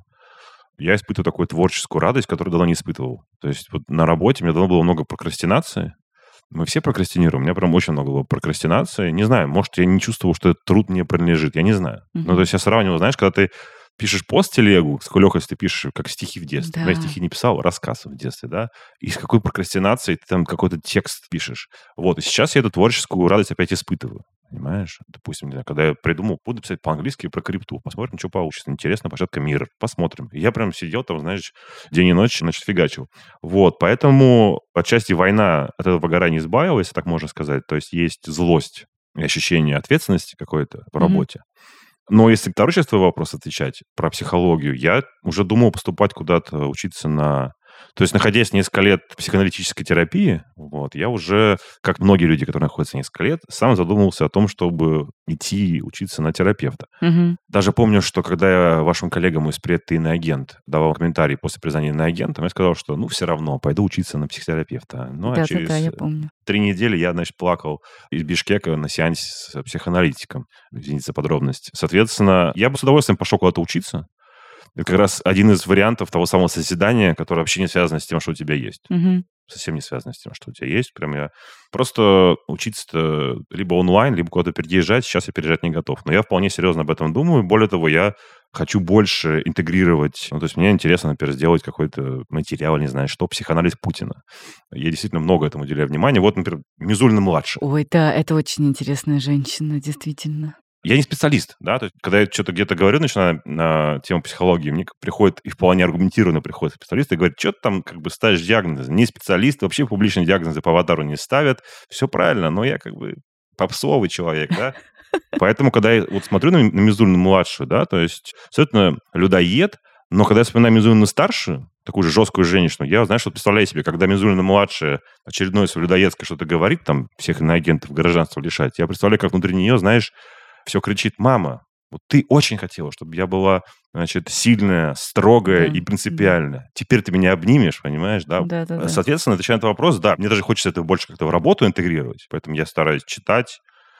я испытываю такую творческую радость, которую давно не испытывал. То есть вот на работе у меня давно было много прокрастинации. Мы все прокрастинируем. У меня прям очень много было прокрастинации. Не знаю, может, я не чувствовал, что этот труд мне принадлежит. Я не знаю. Ну, то Мгм. есть я сравнивал, знаешь, когда ты пишешь пост в телегу, с какой легкостью ты пишешь, как стихи в детстве. Ну, я Да. стихи не писал, рассказ в детстве, да. И с какой прокрастинацией ты там какой-то текст пишешь. Вот. И сейчас я эту творческую радость опять испытываю. Понимаешь? Допустим, не знаю, когда я придумал, буду писать по-английски про крипту. Посмотрим, что получится. Интересная площадка «Мир». Посмотрим. И я прям сидел там, знаешь, день и ночь, значит, фигачил. Вот. Поэтому отчасти война от этого выгорания избавилась, так можно сказать. То есть есть злость и ощущение ответственности какой-то в Мгм. работе. Но если второй часть твоего вопроса отвечать про психологию, я уже думал поступать куда-то, учиться на... То есть, находясь несколько лет в психоаналитической терапии, вот, я уже, как многие люди, которые находятся несколько лет, сам задумывался о том, чтобы идти учиться на терапевта. Мгм. Даже помню, что когда я вашим коллегам из проекта «Иноагент» давал комментарий после признания иноагентом, я сказал, что, ну, все равно, пойду учиться на психотерапевта. Ну, а Да-да-да, через я помню. три недели я, значит, плакал из Бишкека на сеансе с психоаналитиком. Извините за подробность. Соответственно, я бы с удовольствием пошел куда-то учиться. Это как раз один из вариантов того самого созидания, которое вообще не связано с тем, что у тебя есть. Мгм. Совсем не связано с тем, что у тебя есть. Прям я просто учиться либо онлайн, либо куда-то переезжать. Сейчас я переезжать не готов. Но я вполне серьезно об этом думаю. Более того, я хочу больше интегрировать. Ну, то есть мне интересно, например, сделать какой-то материал, не знаю, что, психоанализ Путина. Я действительно много этому уделяю внимания. Вот, например, Мизулина-младший. Ой, да, это очень интересная женщина, действительно. Я не специалист, да, то есть, когда я что-то где-то говорю, начинаю на тему психологии, мне приходит, и вполне аргументированно приходит специалист и говорит, что ты там как бы ставишь диагнозы. Не специалист, вообще публичные диагнозы по аватару не ставят. Все правильно, но я как бы попсовый человек, да. Поэтому, когда я вот смотрю на, на Мизулину-младшую, да, то есть, абсолютно людоед, но когда я вспоминаю Мизулину-старшую, такую же жесткую женщину, я, знаешь, вот представляю себе, когда Мизулина-младшая очередное свое людоедское что-то говорит, там, всех иноагентов гражданства лишать, я представляю, как внутри нее, знаешь, все кричит: «Мама, вот ты очень хотела, чтобы я была, значит, сильная, строгая Да, и да. принципиальная. Теперь ты меня обнимешь, понимаешь, да?» Да-да-да. Соответственно, отвечая на этот вопрос, да, мне даже хочется это больше как-то в работу интегрировать, поэтому я стараюсь читать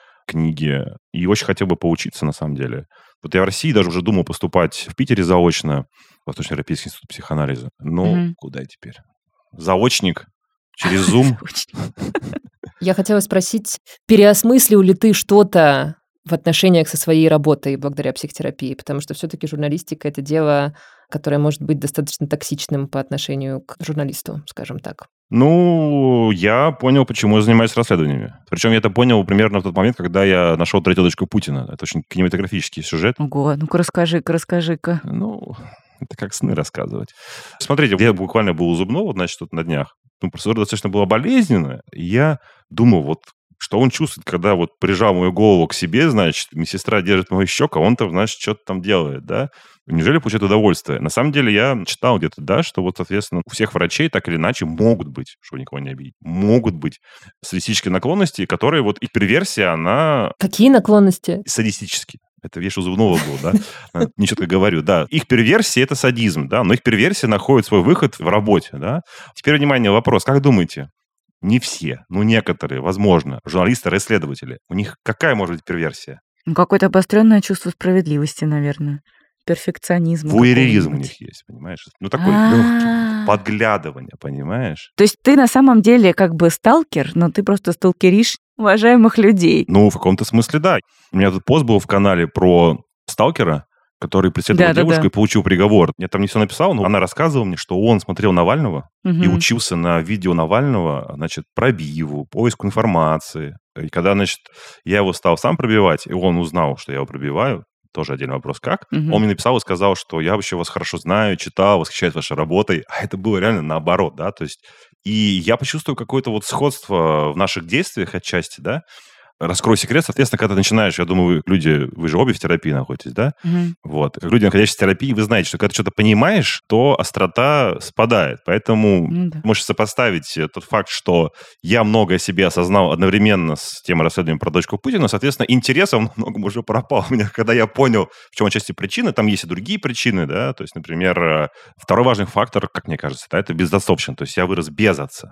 книги и очень хотел бы поучиться, на самом деле. Вот я в России даже уже думал поступать в Питере заочно в Восточноевропейский институт психоанализа. Ну, Мгм. куда я теперь? Заочник через Zoom. Очень. Я хотела спросить, переосмыслил ли ты что-то в отношениях со своей работой благодаря психотерапии? Потому что все-таки журналистика — это дело, которое может быть достаточно токсичным по отношению к журналисту, скажем так. Ну, я понял, почему я занимаюсь расследованиями. Причем я это понял примерно в тот момент, когда я нашел третью дочку Путина. Это очень кинематографический сюжет. Ого, ну-ка расскажи-ка, расскажи-ка. Ну, это как сны рассказывать. Смотрите, я буквально был у зубного, значит, тут на днях. Ну, процедура достаточно была болезненная. И я думал, вот Что он чувствует, когда вот прижал мою голову к себе, значит, медсестра держит мою щеку, а он там, значит, что-то там делает, да? Неужели получает удовольствие? На самом деле я читал где-то, да, что вот, соответственно, у всех врачей так или иначе могут быть, чтобы никого не обидеть, могут быть садистические наклонности, которые вот их перверсия, она Какие наклонности? садистические. Это вещь у зубного был, да? Ничего так говорю, да. Их перверсия – это садизм, да, но их перверсия находит свой выход в работе, да. Теперь, внимание, вопрос. Как думаете, не все, но некоторые, возможно, журналисты, расследователи, у них какая может быть перверсия? Ну, какое-то обостренное чувство справедливости, наверное. Перфекционизм. Вуайеризм у них есть, понимаешь? Ну, такой легкий, А-а-а. подглядывание, понимаешь? То есть ты на самом деле как бы сталкер, но ты просто сталкеришь уважаемых людей. Ну, в каком-то смысле, да. У меня тут пост был в канале про сталкера, который преследовал Да-да-да. девушку и получил приговор. Я там не все написал, но она рассказывала мне, что он смотрел Навального и Мгм. учился на видео Навального, значит, пробиву, поиску информации. И когда, значит, я его стал сам пробивать, и он узнал, что я его пробиваю, тоже отдельный вопрос, как, Мгм. он мне написал и сказал, что я вообще вас хорошо знаю, читал, восхищаюсь вашей работой, а это было реально наоборот, да, то есть и я почувствую какое-то вот сходство в наших действиях отчасти, да. Раскрою секрет, соответственно, когда ты начинаешь, я думаю, вы, люди, вы же обе в терапии находитесь, да? Мгм. Вот. Как люди, находящиеся в терапии, вы знаете, что когда ты что-то понимаешь, то острота спадает. Поэтому Ну да. можешь сопоставить э, тот факт, что я много о себе осознал одновременно с темой расследования про дочку Путина, соответственно, интересом многом уже пропал у меня, когда я понял, в чем отчасти причины. Там есть и другие причины, да, то есть, например, э, второй важный фактор, как мне кажется, да, это безотцовщина, то есть я вырос без отца.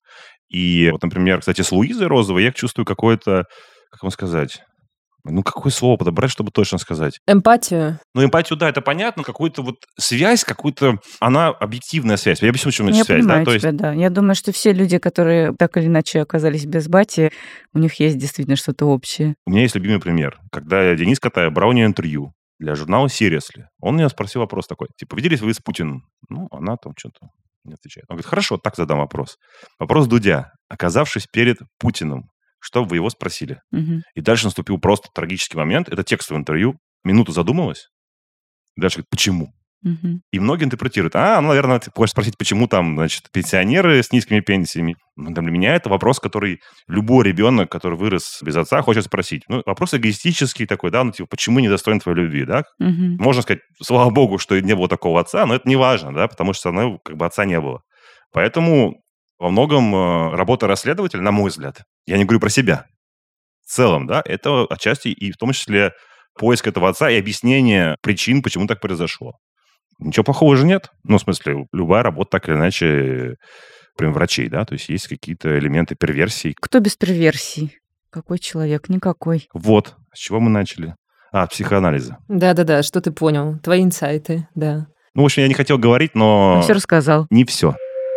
И вот, например, кстати, с Луизой Розовой я чувствую какое-то, как вам сказать, ну, какое слово подобрать, чтобы точно сказать? Эмпатию. Ну, эмпатию, да, это понятно, какую-то вот связь, какую-то, она объективная связь. Я объясню, в чем Ну, значит я связь, да, понимаю то есть тебя, да. Я думаю, что все люди, которые так или иначе оказались без бати, у них есть действительно что-то общее. у меня есть любимый пример. Когда Денис Катаев брал у нее интервью для журнала Seriously, он меня спросил вопрос такой, типа, виделись вы с Путиным? Ну, она там что-то не отвечает. Он говорит, хорошо, так задам вопрос. Вопрос Дудя. Оказавшись перед Путиным, что бы вы его спросили? Мгм. И дальше наступил просто трагический момент. Это текстовое интервью. Минуту задумалась. Дальше говорит, почему? Мгм. И многие интерпретируют. А, ну, наверное, ты хочешь спросить, почему там, значит, пенсионеры с низкими пенсиями. Ну, для меня это вопрос, который любой ребенок, который вырос без отца, хочет спросить. Ну, вопрос эгоистический такой, да, ну, типа, почему не достоин твоей любви, да? Мгм. Можно сказать, слава богу, что не было такого отца, но это не важно, да, потому что, ну, как бы отца не было. Поэтому во многом э, работа расследователя, на мой взгляд, я не говорю про себя, в целом, да, это отчасти и в том числе поиск этого отца и объяснение причин, почему так произошло. Ничего плохого же нет. Ну, в смысле, любая работа так или иначе, прям врачей, да, то есть есть какие-то элементы перверсий. Кто без перверсий? Какой человек? Никакой. Вот, с чего мы начали? А, от психоанализа. Да-да-да, что ты понял? Твои инсайты, да. Ну, в общем, я не хотел говорить, Он но все рассказал. не все.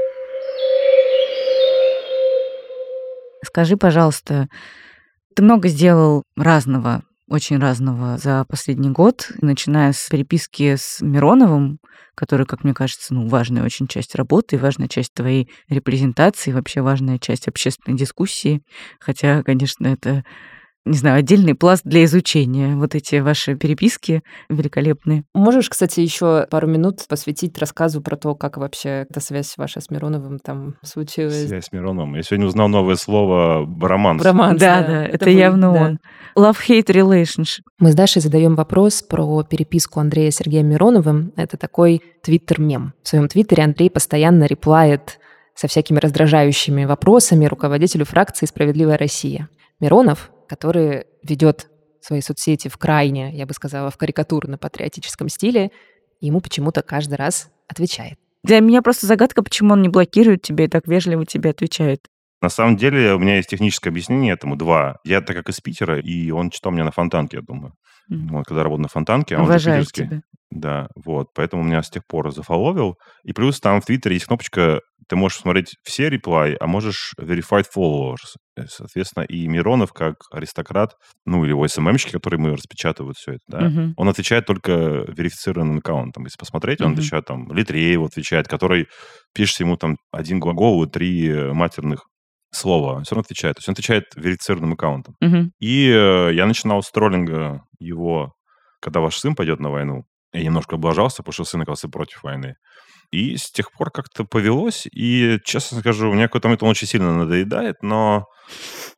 Скажи, пожалуйста, ты много сделал разного, очень разного за последний год, начиная с переписки с Мироновым, который, как мне кажется, ну, важная очень часть работы, и важная часть твоей репрезентации, вообще важная часть общественной дискуссии. Хотя, конечно, это, не знаю, отдельный пласт для изучения. Вот эти ваши переписки великолепные. Можешь, кстати, еще пару минут посвятить рассказу про то, как вообще эта связь ваша с Мироновым там случилась? Связь с Мироновым. Я сегодня узнал новое слово «романс». Романс, Да, да, это, был- явно да. он. Love-hate relationship. Мы с Дашей задаем вопрос про переписку Андрея с Сергеем Мироновым. Это такой твиттер-мем. В своем твиттере Андрей постоянно реплает со всякими раздражающими вопросами руководителю фракции «Справедливая Россия». Миронов, который ведет свои соцсети в крайне, я бы сказала, в карикатурно-патриотическом стиле, ему почему-то каждый раз отвечает. Для меня просто загадка, почему он не блокирует тебя и так вежливо тебе отвечает. На самом деле, у меня есть техническое объяснение этому. Два. Я так как из Питера, и он читал меня на Фонтанке, я думаю. М. Вот, когда работал на Фонтанке, а он же Уважает питерский. тебя. Да, вот. Поэтому меня с тех пор зафоловил. И плюс там в Твиттере есть кнопочка, ты можешь смотреть все реплай, а можешь verified followers. Э, Соответственно, и Миронов, как аристократ, ну, или его эс эм эм-щики, которые мы распечатывают все это, да, Мгм. он отвечает только верифицированным аккаунтом. Если посмотреть, он Мгм. отвечает там, Литрееву отвечает, который пишет ему там один глагол и три э, матерных слова. Он все равно отвечает. То есть он отвечает верифицированным аккаунтом. Мгм. И э, я начинал с троллинга его, когда ваш сын пойдет на войну. Я немножко облажался, потому что сын оказался против войны. И с тех пор как-то повелось. И, честно скажу, мне в какой-то момент он очень сильно надоедает, но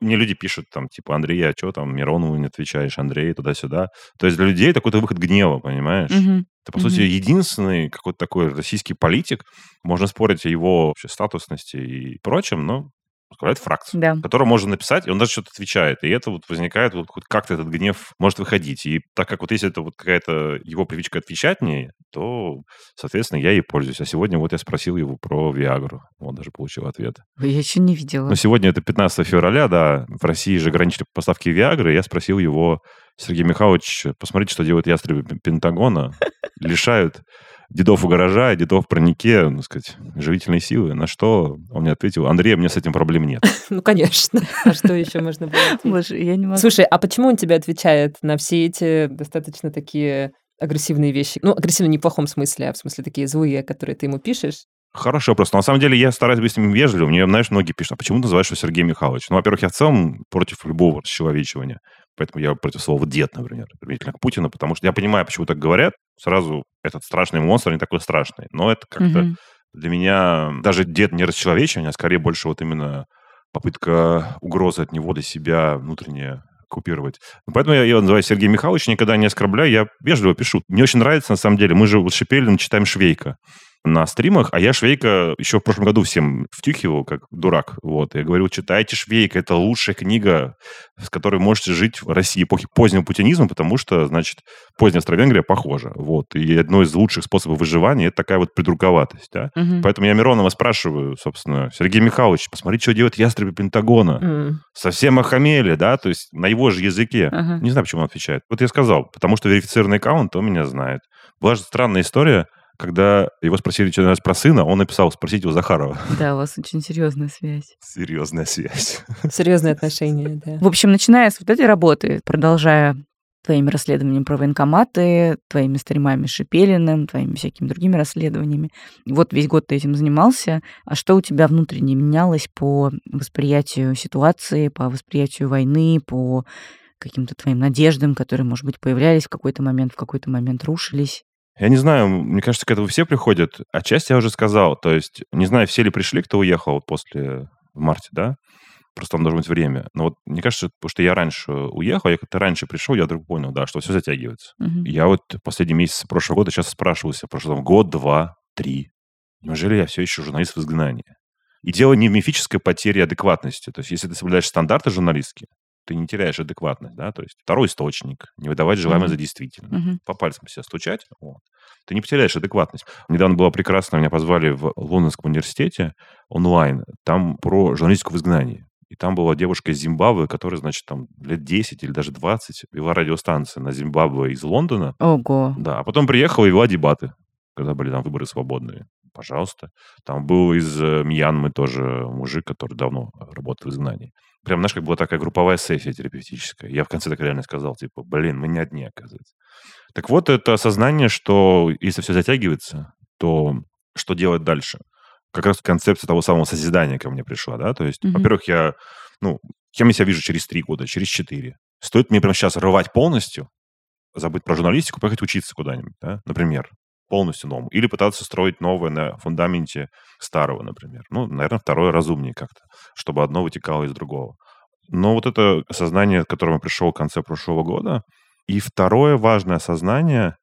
Мне люди пишут там, типа, Андрей, а что там, Миронову не отвечаешь, Андрей, туда-сюда. То есть для людей это какой-то выход гнева, понимаешь? Мгм. Это, по Мгм. сути, единственный какой-то такой российский политик, можно спорить о его вообще статусности и прочем, но возглавляет фракцию, Да. которую можно написать, и он даже что-то отвечает. И это вот возникает, вот хоть как-то этот гнев может выходить. И так как вот если это вот какая-то его привычка отвечать мне, то, соответственно, я ей пользуюсь. А сегодня вот я спросил его про Виагру. Он даже получил ответ. Я еще не Но видела. сегодня это пятнадцатое февраля, да, в России же ограничили поставки Виагры. Я спросил его, Сергей Михайлович, посмотрите, что делают ястребы Пен- Пентагона. Лишают дедов у гаража и дедов в парнике, ну, сказать, живительной силы. На что он мне ответил: Андрей, мне с этим проблем нет. Ну, конечно. А что еще можно было ответить? Боже, я не могу. Слушай, а почему он тебе отвечает на все эти достаточно такие агрессивные вещи? Ну, агрессивно не в плохом смысле, а в смысле такие злые, которые ты ему пишешь. Хороший вопрос. Но на самом деле я стараюсь быть с ним вежливым. Мне, знаешь, многие пишут: а почему ты называешь его Сергей Михайлович? Ну, во-первых, я в целом против любого расчеловечивания. Поэтому я против слова «дед», например, применительно к Путину, потому что я понимаю, почему так говорят. Сразу этот страшный монстр не такой страшный. Но это как-то Мгм. для меня даже дед не расчеловечивание, а скорее больше вот именно попытка угрозы от него для себя внутренне купировать. Ну, Поэтому я его называю Сергей Михайлович, никогда не оскорбляю, я вежливо пишу. Мне очень нравится, на самом деле, мы же вот Шипелин читаем Швейка на стримах, а я Швейка еще в прошлом году всем втюхивал, как дурак. Вот. Я говорил, читайте Швейка, это лучшая книга, с которой можете жить в России эпохи позднего путинизма, потому что, значит, поздняя Австро-Венгрия похожа. Вот. И одно из лучших способов выживания – это такая вот придурковатость. Да? Мгм. Поэтому я Миронова спрашиваю, собственно, Сергей Михайлович, посмотрите, что делают ястребы Пентагона. М. Совсем охамели, да, то есть на его же языке. Ага. Не знаю, почему он отвечает. Вот я сказал, потому что верифицированный аккаунт, он меня знает. Была же странная история, когда его спросили что раз про сына, он написал: спросите у Захарова. Да, у вас очень серьезная связь. Серьезная связь. Серьезные отношения, да. В общем, начиная с вот этой работы, продолжая твоими расследованиями про военкоматы, твоими стримами с Шипелиным, твоими всякими другими расследованиями. Вот весь год ты этим занимался. А что у тебя внутренне менялось по восприятию ситуации, по восприятию войны, по каким-то твоим надеждам, которые, может быть, появлялись в какой-то момент, в какой-то момент рушились? Я не знаю, мне кажется, к этому все приходят. Отчасти я уже сказал. То есть, не знаю, все ли пришли, кто уехал после в марте, да? Просто там должно быть время. Но вот мне кажется, потому что я раньше уехал, я как-то раньше пришел, я вдруг понял, да, что все затягивается. Мгм. Я вот последний месяц прошлого года сейчас спрашивал себя, прошлый там год, два, три. Неужели я все еще журналист в изгнании? И дело не в мифической потере адекватности. То есть, если ты соблюдаешь стандарты журналистские, ты не теряешь адекватность, да, то есть второй источник, не выдавать желаемое Мгм. за действительное, Мгм. по пальцам себя стучать, вот. Ты не потеряешь адекватность. Недавно было прекрасно, меня позвали в Лондонском университете онлайн, там про журналистику в изгнании. И там была девушка из Зимбабве, которая, значит, там лет десять или даже двадцать вела радиостанцию на Зимбабве из Лондона. Ого. Да, а потом приехала и вела дебаты, когда были там выборы свободные. Пожалуйста. Там был из э, Мьянмы тоже мужик, который давно работает в изгнании. Прям, знаешь, как была такая групповая сессия терапевтическая. Я в конце так реально сказал, типа, блин, мы не одни, оказывается. Так вот, это осознание, что если все затягивается, то что делать дальше? Как раз концепция того самого созидания ко мне пришла, да? То есть, Мгм. во-первых, я, ну, кем я себя вижу через три года, через четыре? Стоит мне прямо сейчас рвать полностью, забыть про журналистику, поехать учиться куда-нибудь, да, например, полностью новому. Или пытаться строить новое на фундаменте старого, например. Ну, наверное, второе разумнее как-то, чтобы одно вытекало из другого. Но вот это осознание, к которому я пришел в конце прошлого года. И второе важное осознание,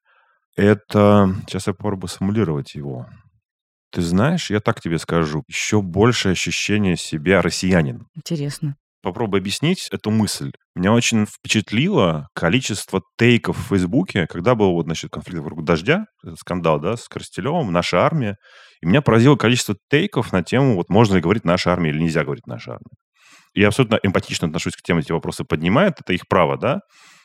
это, сейчас я попробую сформулировать его. Ты знаешь, я так тебе скажу, еще большее ощущение себя россиянином. Интересно. Попробую объяснить эту мысль. Меня очень впечатлило количество тейков в Фейсбуке, когда был вот, значит, конфликт вокруг «Дождя», этот скандал, да, с Коростелевым, «Наша армия». И меня поразило количество тейков на тему, вот можно ли говорить «наша армия» или нельзя говорить «наша армия». Я абсолютно эмпатично отношусь к тем, эти вопросы поднимают, это их право, да.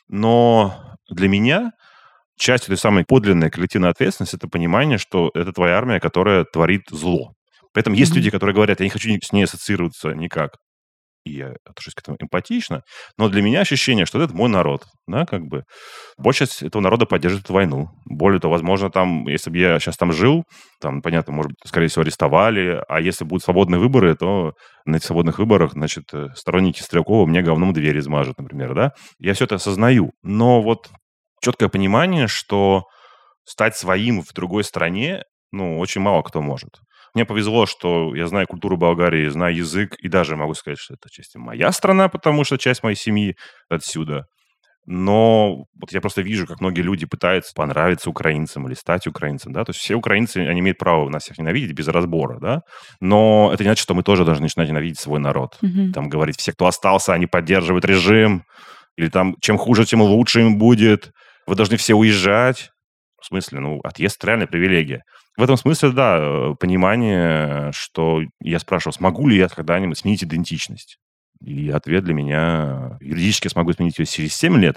Но для меня часть этой самой подлинной коллективной ответственности – это понимание, что это твоя армия, которая творит зло. Поэтому есть Мгм. люди, которые говорят, я не хочу с ней ассоциироваться никак. И я отношусь к этому эмпатично, но для меня ощущение, что это мой народ, да, как бы. Большая часть этого народа поддерживает эту войну. Более того, возможно, там, если бы я сейчас там жил, там, понятно, может быть, скорее всего, арестовали, а если будут свободные выборы, то на этих свободных выборах, значит, э, сторонники Стрелкова мне говном дверь измажут, например, да. Я все это осознаю, но вот четкое понимание, что стать своим в другой стране, ну, очень мало кто может. Мне повезло, что я знаю культуру Болгарии, знаю язык, и даже могу сказать, что это часть моя страна, потому что часть моей семьи отсюда. Но вот я просто вижу, как многие люди пытаются понравиться украинцам или стать украинцем, да, то есть все украинцы, они имеют право нас всех ненавидеть без разбора, да, но это не значит, что мы тоже должны начинать ненавидеть свой народ. Мгм. Там говорить, все, кто остался, они поддерживают режим, или там, чем хуже, тем лучше им будет, вы должны все уезжать. В смысле, ну, отъезд – реальная привилегия. В этом смысле, да, э, понимание, что я спрашивал, смогу ли я когда-нибудь сменить идентичность. И ответ для меня, юридически я смогу сменить ее через семь лет,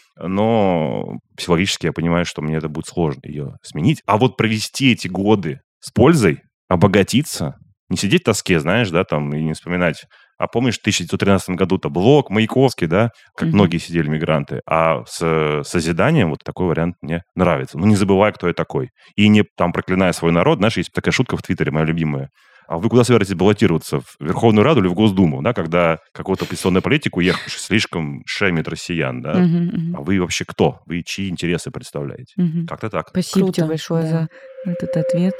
но психологически я понимаю, что мне это будет сложно ее сменить. А вот провести эти годы с пользой, обогатиться, не сидеть в тоске, знаешь, да, там, и не вспоминать. А помнишь, в тысяча девятьсот тринадцатом году-то Блок, Маяковский, да, как Мгм. многие сидели мигранты. А с созиданием вот такой вариант мне нравится. Ну, не забывай, кто я такой. И не там проклиная свой народ. Знаешь, есть такая шутка в Твиттере, моя любимая. А вы куда собираетесь баллотироваться? В Верховную Раду или в Госдуму? Да, когда какой-то оппозиционный политик, уехавший, слишком шемит россиян, да? Мгм, мгм, А вы вообще кто? Вы чьи интересы представляете? мгм. Как-то так. Спасибо Круто, тебе большое да. за этот ответ.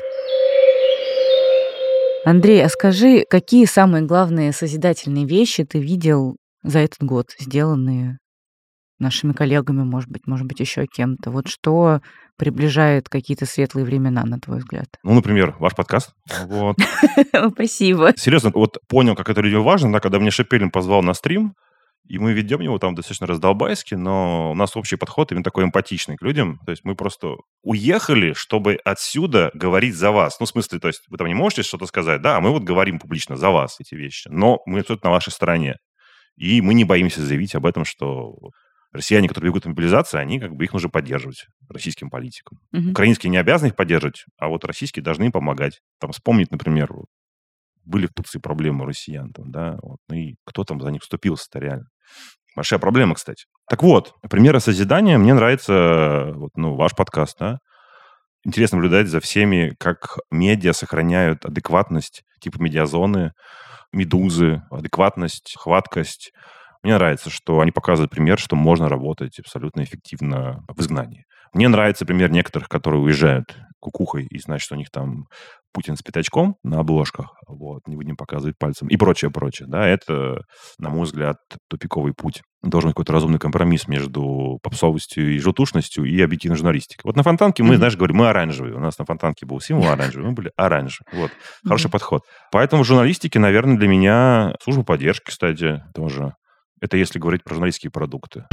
Андрей, а скажи, какие самые главные созидательные вещи ты видел за этот год, сделанные нашими коллегами, может быть, может быть, еще кем-то? Вот что приближает какие-то светлые времена, на твой взгляд? Ну, например, ваш подкаст. Вот. Спасибо. Серьезно, вот понял, как это людям важно, да, когда меня Шепелин позвал на стрим, и мы ведем его там достаточно раздолбайски, но у нас общий подход именно такой эмпатичный к людям. То есть мы просто уехали, чтобы отсюда говорить за вас. Ну, в смысле, то есть вы там не можете что-то сказать, да, а мы вот говорим публично за вас эти вещи. Но мы абсолютно на вашей стороне. И мы не боимся заявить об этом, что россияне, которые бегут в мобилизацию, они как бы их нужно поддерживать российским политикам. Мгм. Украинские не обязаны их поддерживать, а вот российские должны им помогать. Там вспомнить, например, вот, были в Турции проблемы у россиян, там, да, вот, ну и кто там за них вступился-то реально. Большая проблема, кстати. Так вот, примеры созидания. Мне нравится вот, ну, ваш подкаст, да. Интересно наблюдать за всеми, как медиа сохраняют адекватность, типа медиазоны, медузы, адекватность, хваткость. Мне нравится, что они показывают пример, что можно работать абсолютно эффективно в изгнании. Мне нравится пример некоторых, которые уезжают кукухой, и значит, у них там Путин с пятачком на обложках, вот, не будем показывать пальцем, и прочее, прочее, да, это, на мой взгляд, тупиковый путь. Должен быть какой-то разумный компромисс между попсовостью и желтушностью и объективной журналистикой. Вот на Фонтанке мы, Мгм. знаешь, говорим, мы оранжевые. У нас на Фонтанке был символ оранжевый, мы были оранжевые. Вот, хороший Мгм. подход. Поэтому в журналистике, наверное, для меня служба поддержки, кстати, тоже. Это если говорить про журналистские продукты.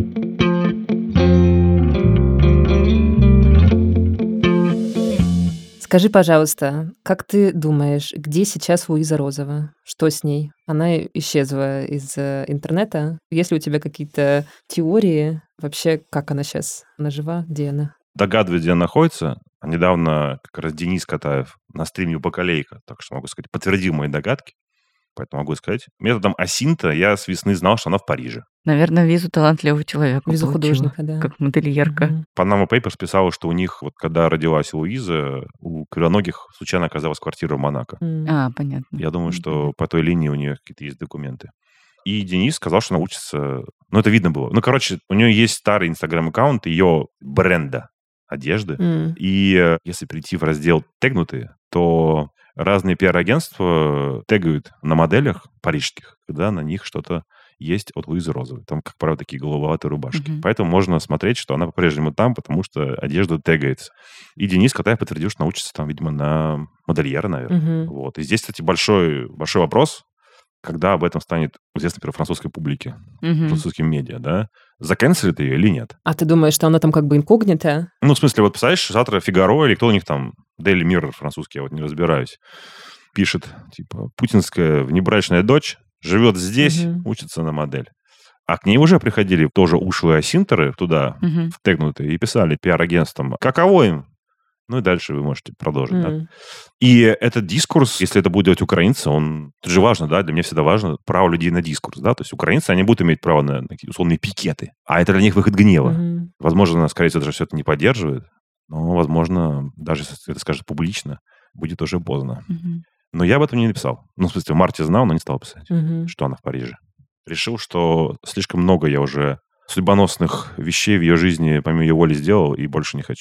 Скажи, пожалуйста, как ты думаешь, где сейчас Луиза Розова? Что с ней? Она исчезла из э, интернета. Есть ли у тебя какие-то теории вообще, как она сейчас? Она жива? Где она? Догадываюсь, где она находится. А недавно как раз Денис Катаев на стриме «Бакалейка», так что могу сказать, подтвердил мои догадки. Поэтому могу сказать. Методом асинта я с весны знал, что она в Париже. Наверное, визу талантливого человека Визу получила, художника, да. как модельерка. Мгм. Panama Papers писала, что у них, вот когда родилась Луиза, у кривоногих случайно оказалась квартира в Монако. М. А, понятно. Я думаю, Мгм. что по той линии у нее какие-то есть документы. И Денис сказал, что она учится... Ну, это видно было. Ну, короче, у нее есть старый инстаграм-аккаунт ее бренда одежды. М. И э, если прийти в раздел «Тегнутые», то разные пиар-агентства тегают на моделях парижских, когда на них что-то есть от Луизы Розовой. Там, как правило, такие голубоватые рубашки. Мгм. Поэтому можно смотреть, что она по-прежнему там, потому что одежда тегается. И Денис Катаев подтвердил, что научится там, видимо, на модельера, наверное. Мгм. Вот. И здесь, кстати, большой, большой вопрос, когда об этом станет известно, например, французской публике, Мгм. французским медиа, да? Заканцелит ее или нет? А ты думаешь, что она там как бы инкогнита? Ну, в смысле, вот, представляешь, завтра Фигаро или кто у них там, Daily Mirror французский, я вот не разбираюсь, пишет, типа, путинская внебрачная дочь живет здесь, Мгм. учится на модель. А к ней уже приходили тоже ушлые асинтеры туда, Мгм. втегнутые, и писали пиар-агентствам, каково им? Ну и дальше вы можете продолжить, да? М. И этот дискурс, если это будет делать украинцы, он... Это же важно, да? Для меня всегда важно право людей на дискурс, да? То есть украинцы, они будут иметь право на, на какие-то условные пикеты. А это для них выход гнева. Мгм. Возможно, скорее всего, даже все это не поддерживает. Но, возможно, даже если это скажет публично, будет уже поздно. Мгм. Но я об этом не написал. Ну, в смысле, в марте знал, но не стал писать, Мгм. что она в Париже. Решил, что слишком много я уже судьбоносных вещей в ее жизни помимо ее воли сделал, и больше не хочу.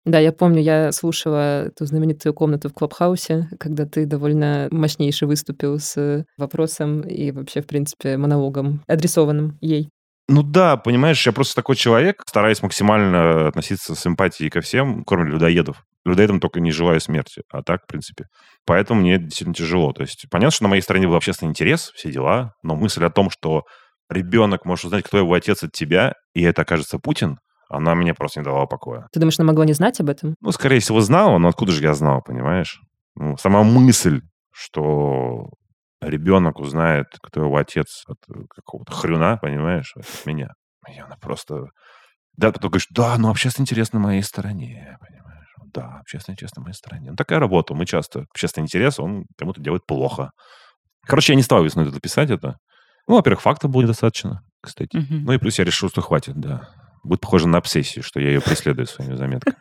Да, я помню, я слушала эту знаменитую комнату в Клабхаусе, когда ты довольно мощнейше выступил с вопросом и вообще, в принципе, монологом, адресованным ей. Ну да, понимаешь, я просто такой человек, стараюсь максимально относиться с эмпатией ко всем, кроме людоедов. Людоедам только не желаю смерти, а так, в принципе. Поэтому мне действительно тяжело. То есть понятно, что на моей стороне был общественный интерес, все дела, но мысль о том, что ребенок может узнать, кто его отец от тебя, и это окажется Путин, она мне просто не давала покоя. Ты думаешь, она могла не знать об этом? Ну, скорее всего, знала, но откуда же я знал, понимаешь? Ну, сама мысль, что ребенок узнает, кто его отец от какого-то хрюна, понимаешь, от меня. И она просто... Да, потом говоришь, да, ну, общественный интерес на моей стороне, понимаешь? Да, общественный интерес на моей стороне. Ну, такая работа. Мы часто... Общественный интерес, он кому-то делает плохо. Короче, я не стал весной это писать это. Ну, во-первых, фактов было недостаточно, кстати. Мгм. Ну, и плюс я решил, что хватит, да. Будет похоже на обсессию, что я ее преследую своими заметками.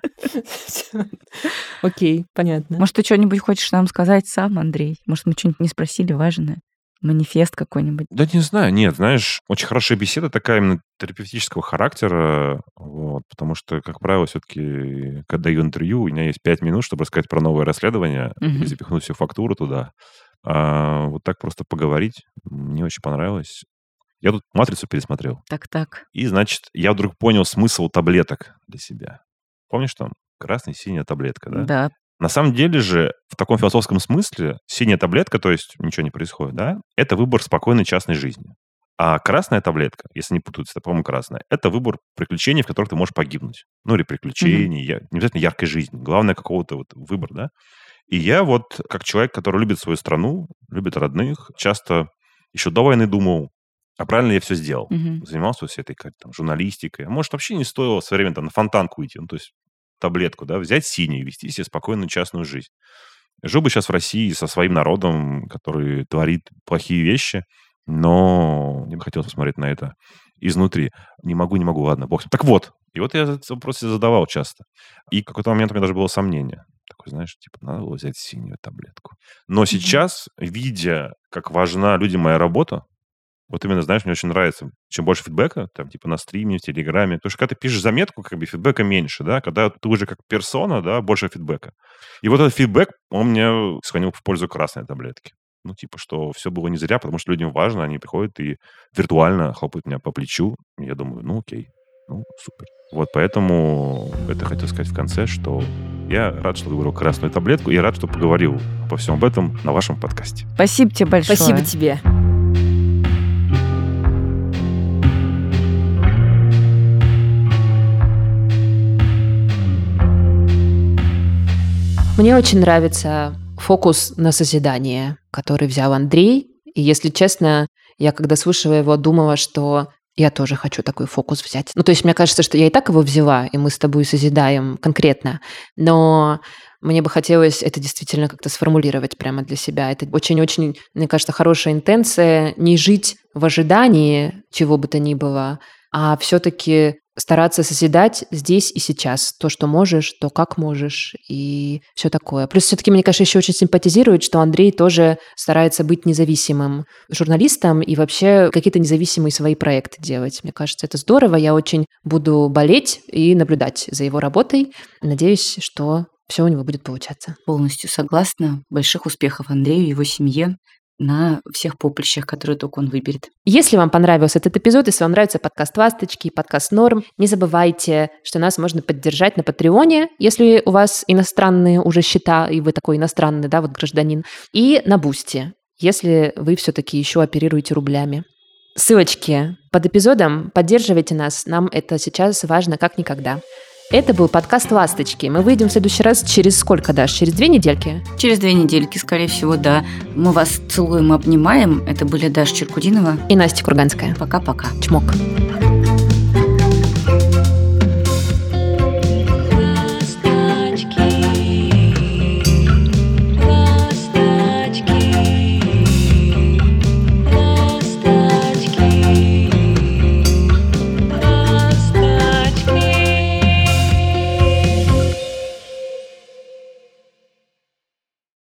Окей, понятно. Может, ты что-нибудь хочешь нам сказать сам, Андрей? Может, мы что-нибудь не спросили важное? Манифест какой-нибудь? Да не знаю, нет, знаешь, очень хорошая беседа такая именно терапевтического характера, вот, потому что, как правило, все-таки, когда даю интервью, у меня есть пять минут, чтобы рассказать про новое расследование Мгм. и запихнуть всю фактуру туда. А вот так просто поговорить мне очень понравилось. Я тут «Матрицу» пересмотрел, Так-так. и, значит, я вдруг понял смысл таблеток для себя. Помнишь там красная, синяя таблетка, да? Да. На самом деле же, в таком философском смысле, синяя таблетка, то есть ничего не происходит, да, это выбор спокойной частной жизни. А красная таблетка, если не путаться, это, по-моему, красная, это выбор приключений, в которых ты можешь погибнуть. Ну, или приключений, я- не обязательно яркой жизни. Главное, какого-то вот выбора, да. И я вот, как человек, который любит свою страну, любит родных, часто еще до войны думал, а правильно ли я все сделал. Мгм. Занимался всей этой как, там, журналистикой. А может, вообще не стоило в свое время там, на фонтанку идти, ну, то есть таблетку, да, взять синюю и вести себе спокойную частную жизнь. Жил бы сейчас в России со своим народом, который творит плохие вещи, но мне бы хотелось посмотреть на это изнутри. Не могу, не могу, ладно, бог с ним. Так вот, и вот я этот вопрос себе задавал часто. И в какой-то момент у меня даже было сомнение. Такой, знаешь, типа, надо было взять синюю таблетку. Но сейчас, видя, как важна людям моя работа, вот именно, знаешь, мне очень нравится, чем больше фидбэка, там, типа, на стриме, в Телеграме, потому что когда ты пишешь заметку, как бы, фидбэка меньше, да, когда ты уже как персона, да, больше фидбэка. И вот этот фидбэк, он мне склонил в пользу красной таблетки. Ну, типа, что все было не зря, потому что людям важно, они приходят и виртуально хлопают меня по плечу. И я думаю, ну, окей, ну, супер. Вот поэтому это хотел сказать в конце, что я рад, что выбрал красную таблетку, и рад, что поговорил обо всем об этом на вашем подкасте. Спасибо тебе большое. Спасибо тебе. Мне очень нравится фокус на созидание, который взял Андрей. И, если честно, я когда слышала его, думала, что я тоже хочу такой фокус взять. Ну, то есть мне кажется, что я и так его взяла, и мы с тобой созидаем конкретно. Но мне бы хотелось это действительно как-то сформулировать прямо для себя. Это очень-очень, мне кажется, хорошая интенция не жить в ожидании чего бы то ни было, а все-таки стараться созидать здесь и сейчас. То, что можешь, то, как можешь, и все такое. Плюс все-таки, мне кажется, еще очень симпатизирует, что Андрей тоже старается быть независимым журналистом и вообще какие-то независимые свои проекты делать. Мне кажется, это здорово. Я очень буду болеть и наблюдать за его работой. Надеюсь, что все у него будет получаться. Полностью согласна. Больших успехов Андрею и его семье на всех поприщах, которые только он выберет. Если вам понравился этот эпизод, если вам нравится подкаст «Ласточки» и подкаст «Норм», не забывайте, что нас можно поддержать на Патреоне, если у вас иностранные уже счета, и вы такой иностранный, да, вот гражданин, и на Бусти, если вы все-таки еще оперируете рублями. Ссылочки под эпизодом. Поддерживайте нас, нам это сейчас важно как никогда. Это был подкаст «Ласточки». Мы выйдем в следующий раз через сколько, Даш? Через две недельки? Через две недельки, скорее всего, да. Мы вас целуем и обнимаем. Это были Даша Черкудинова И Настя Курганская. Пока-пока. Чмок.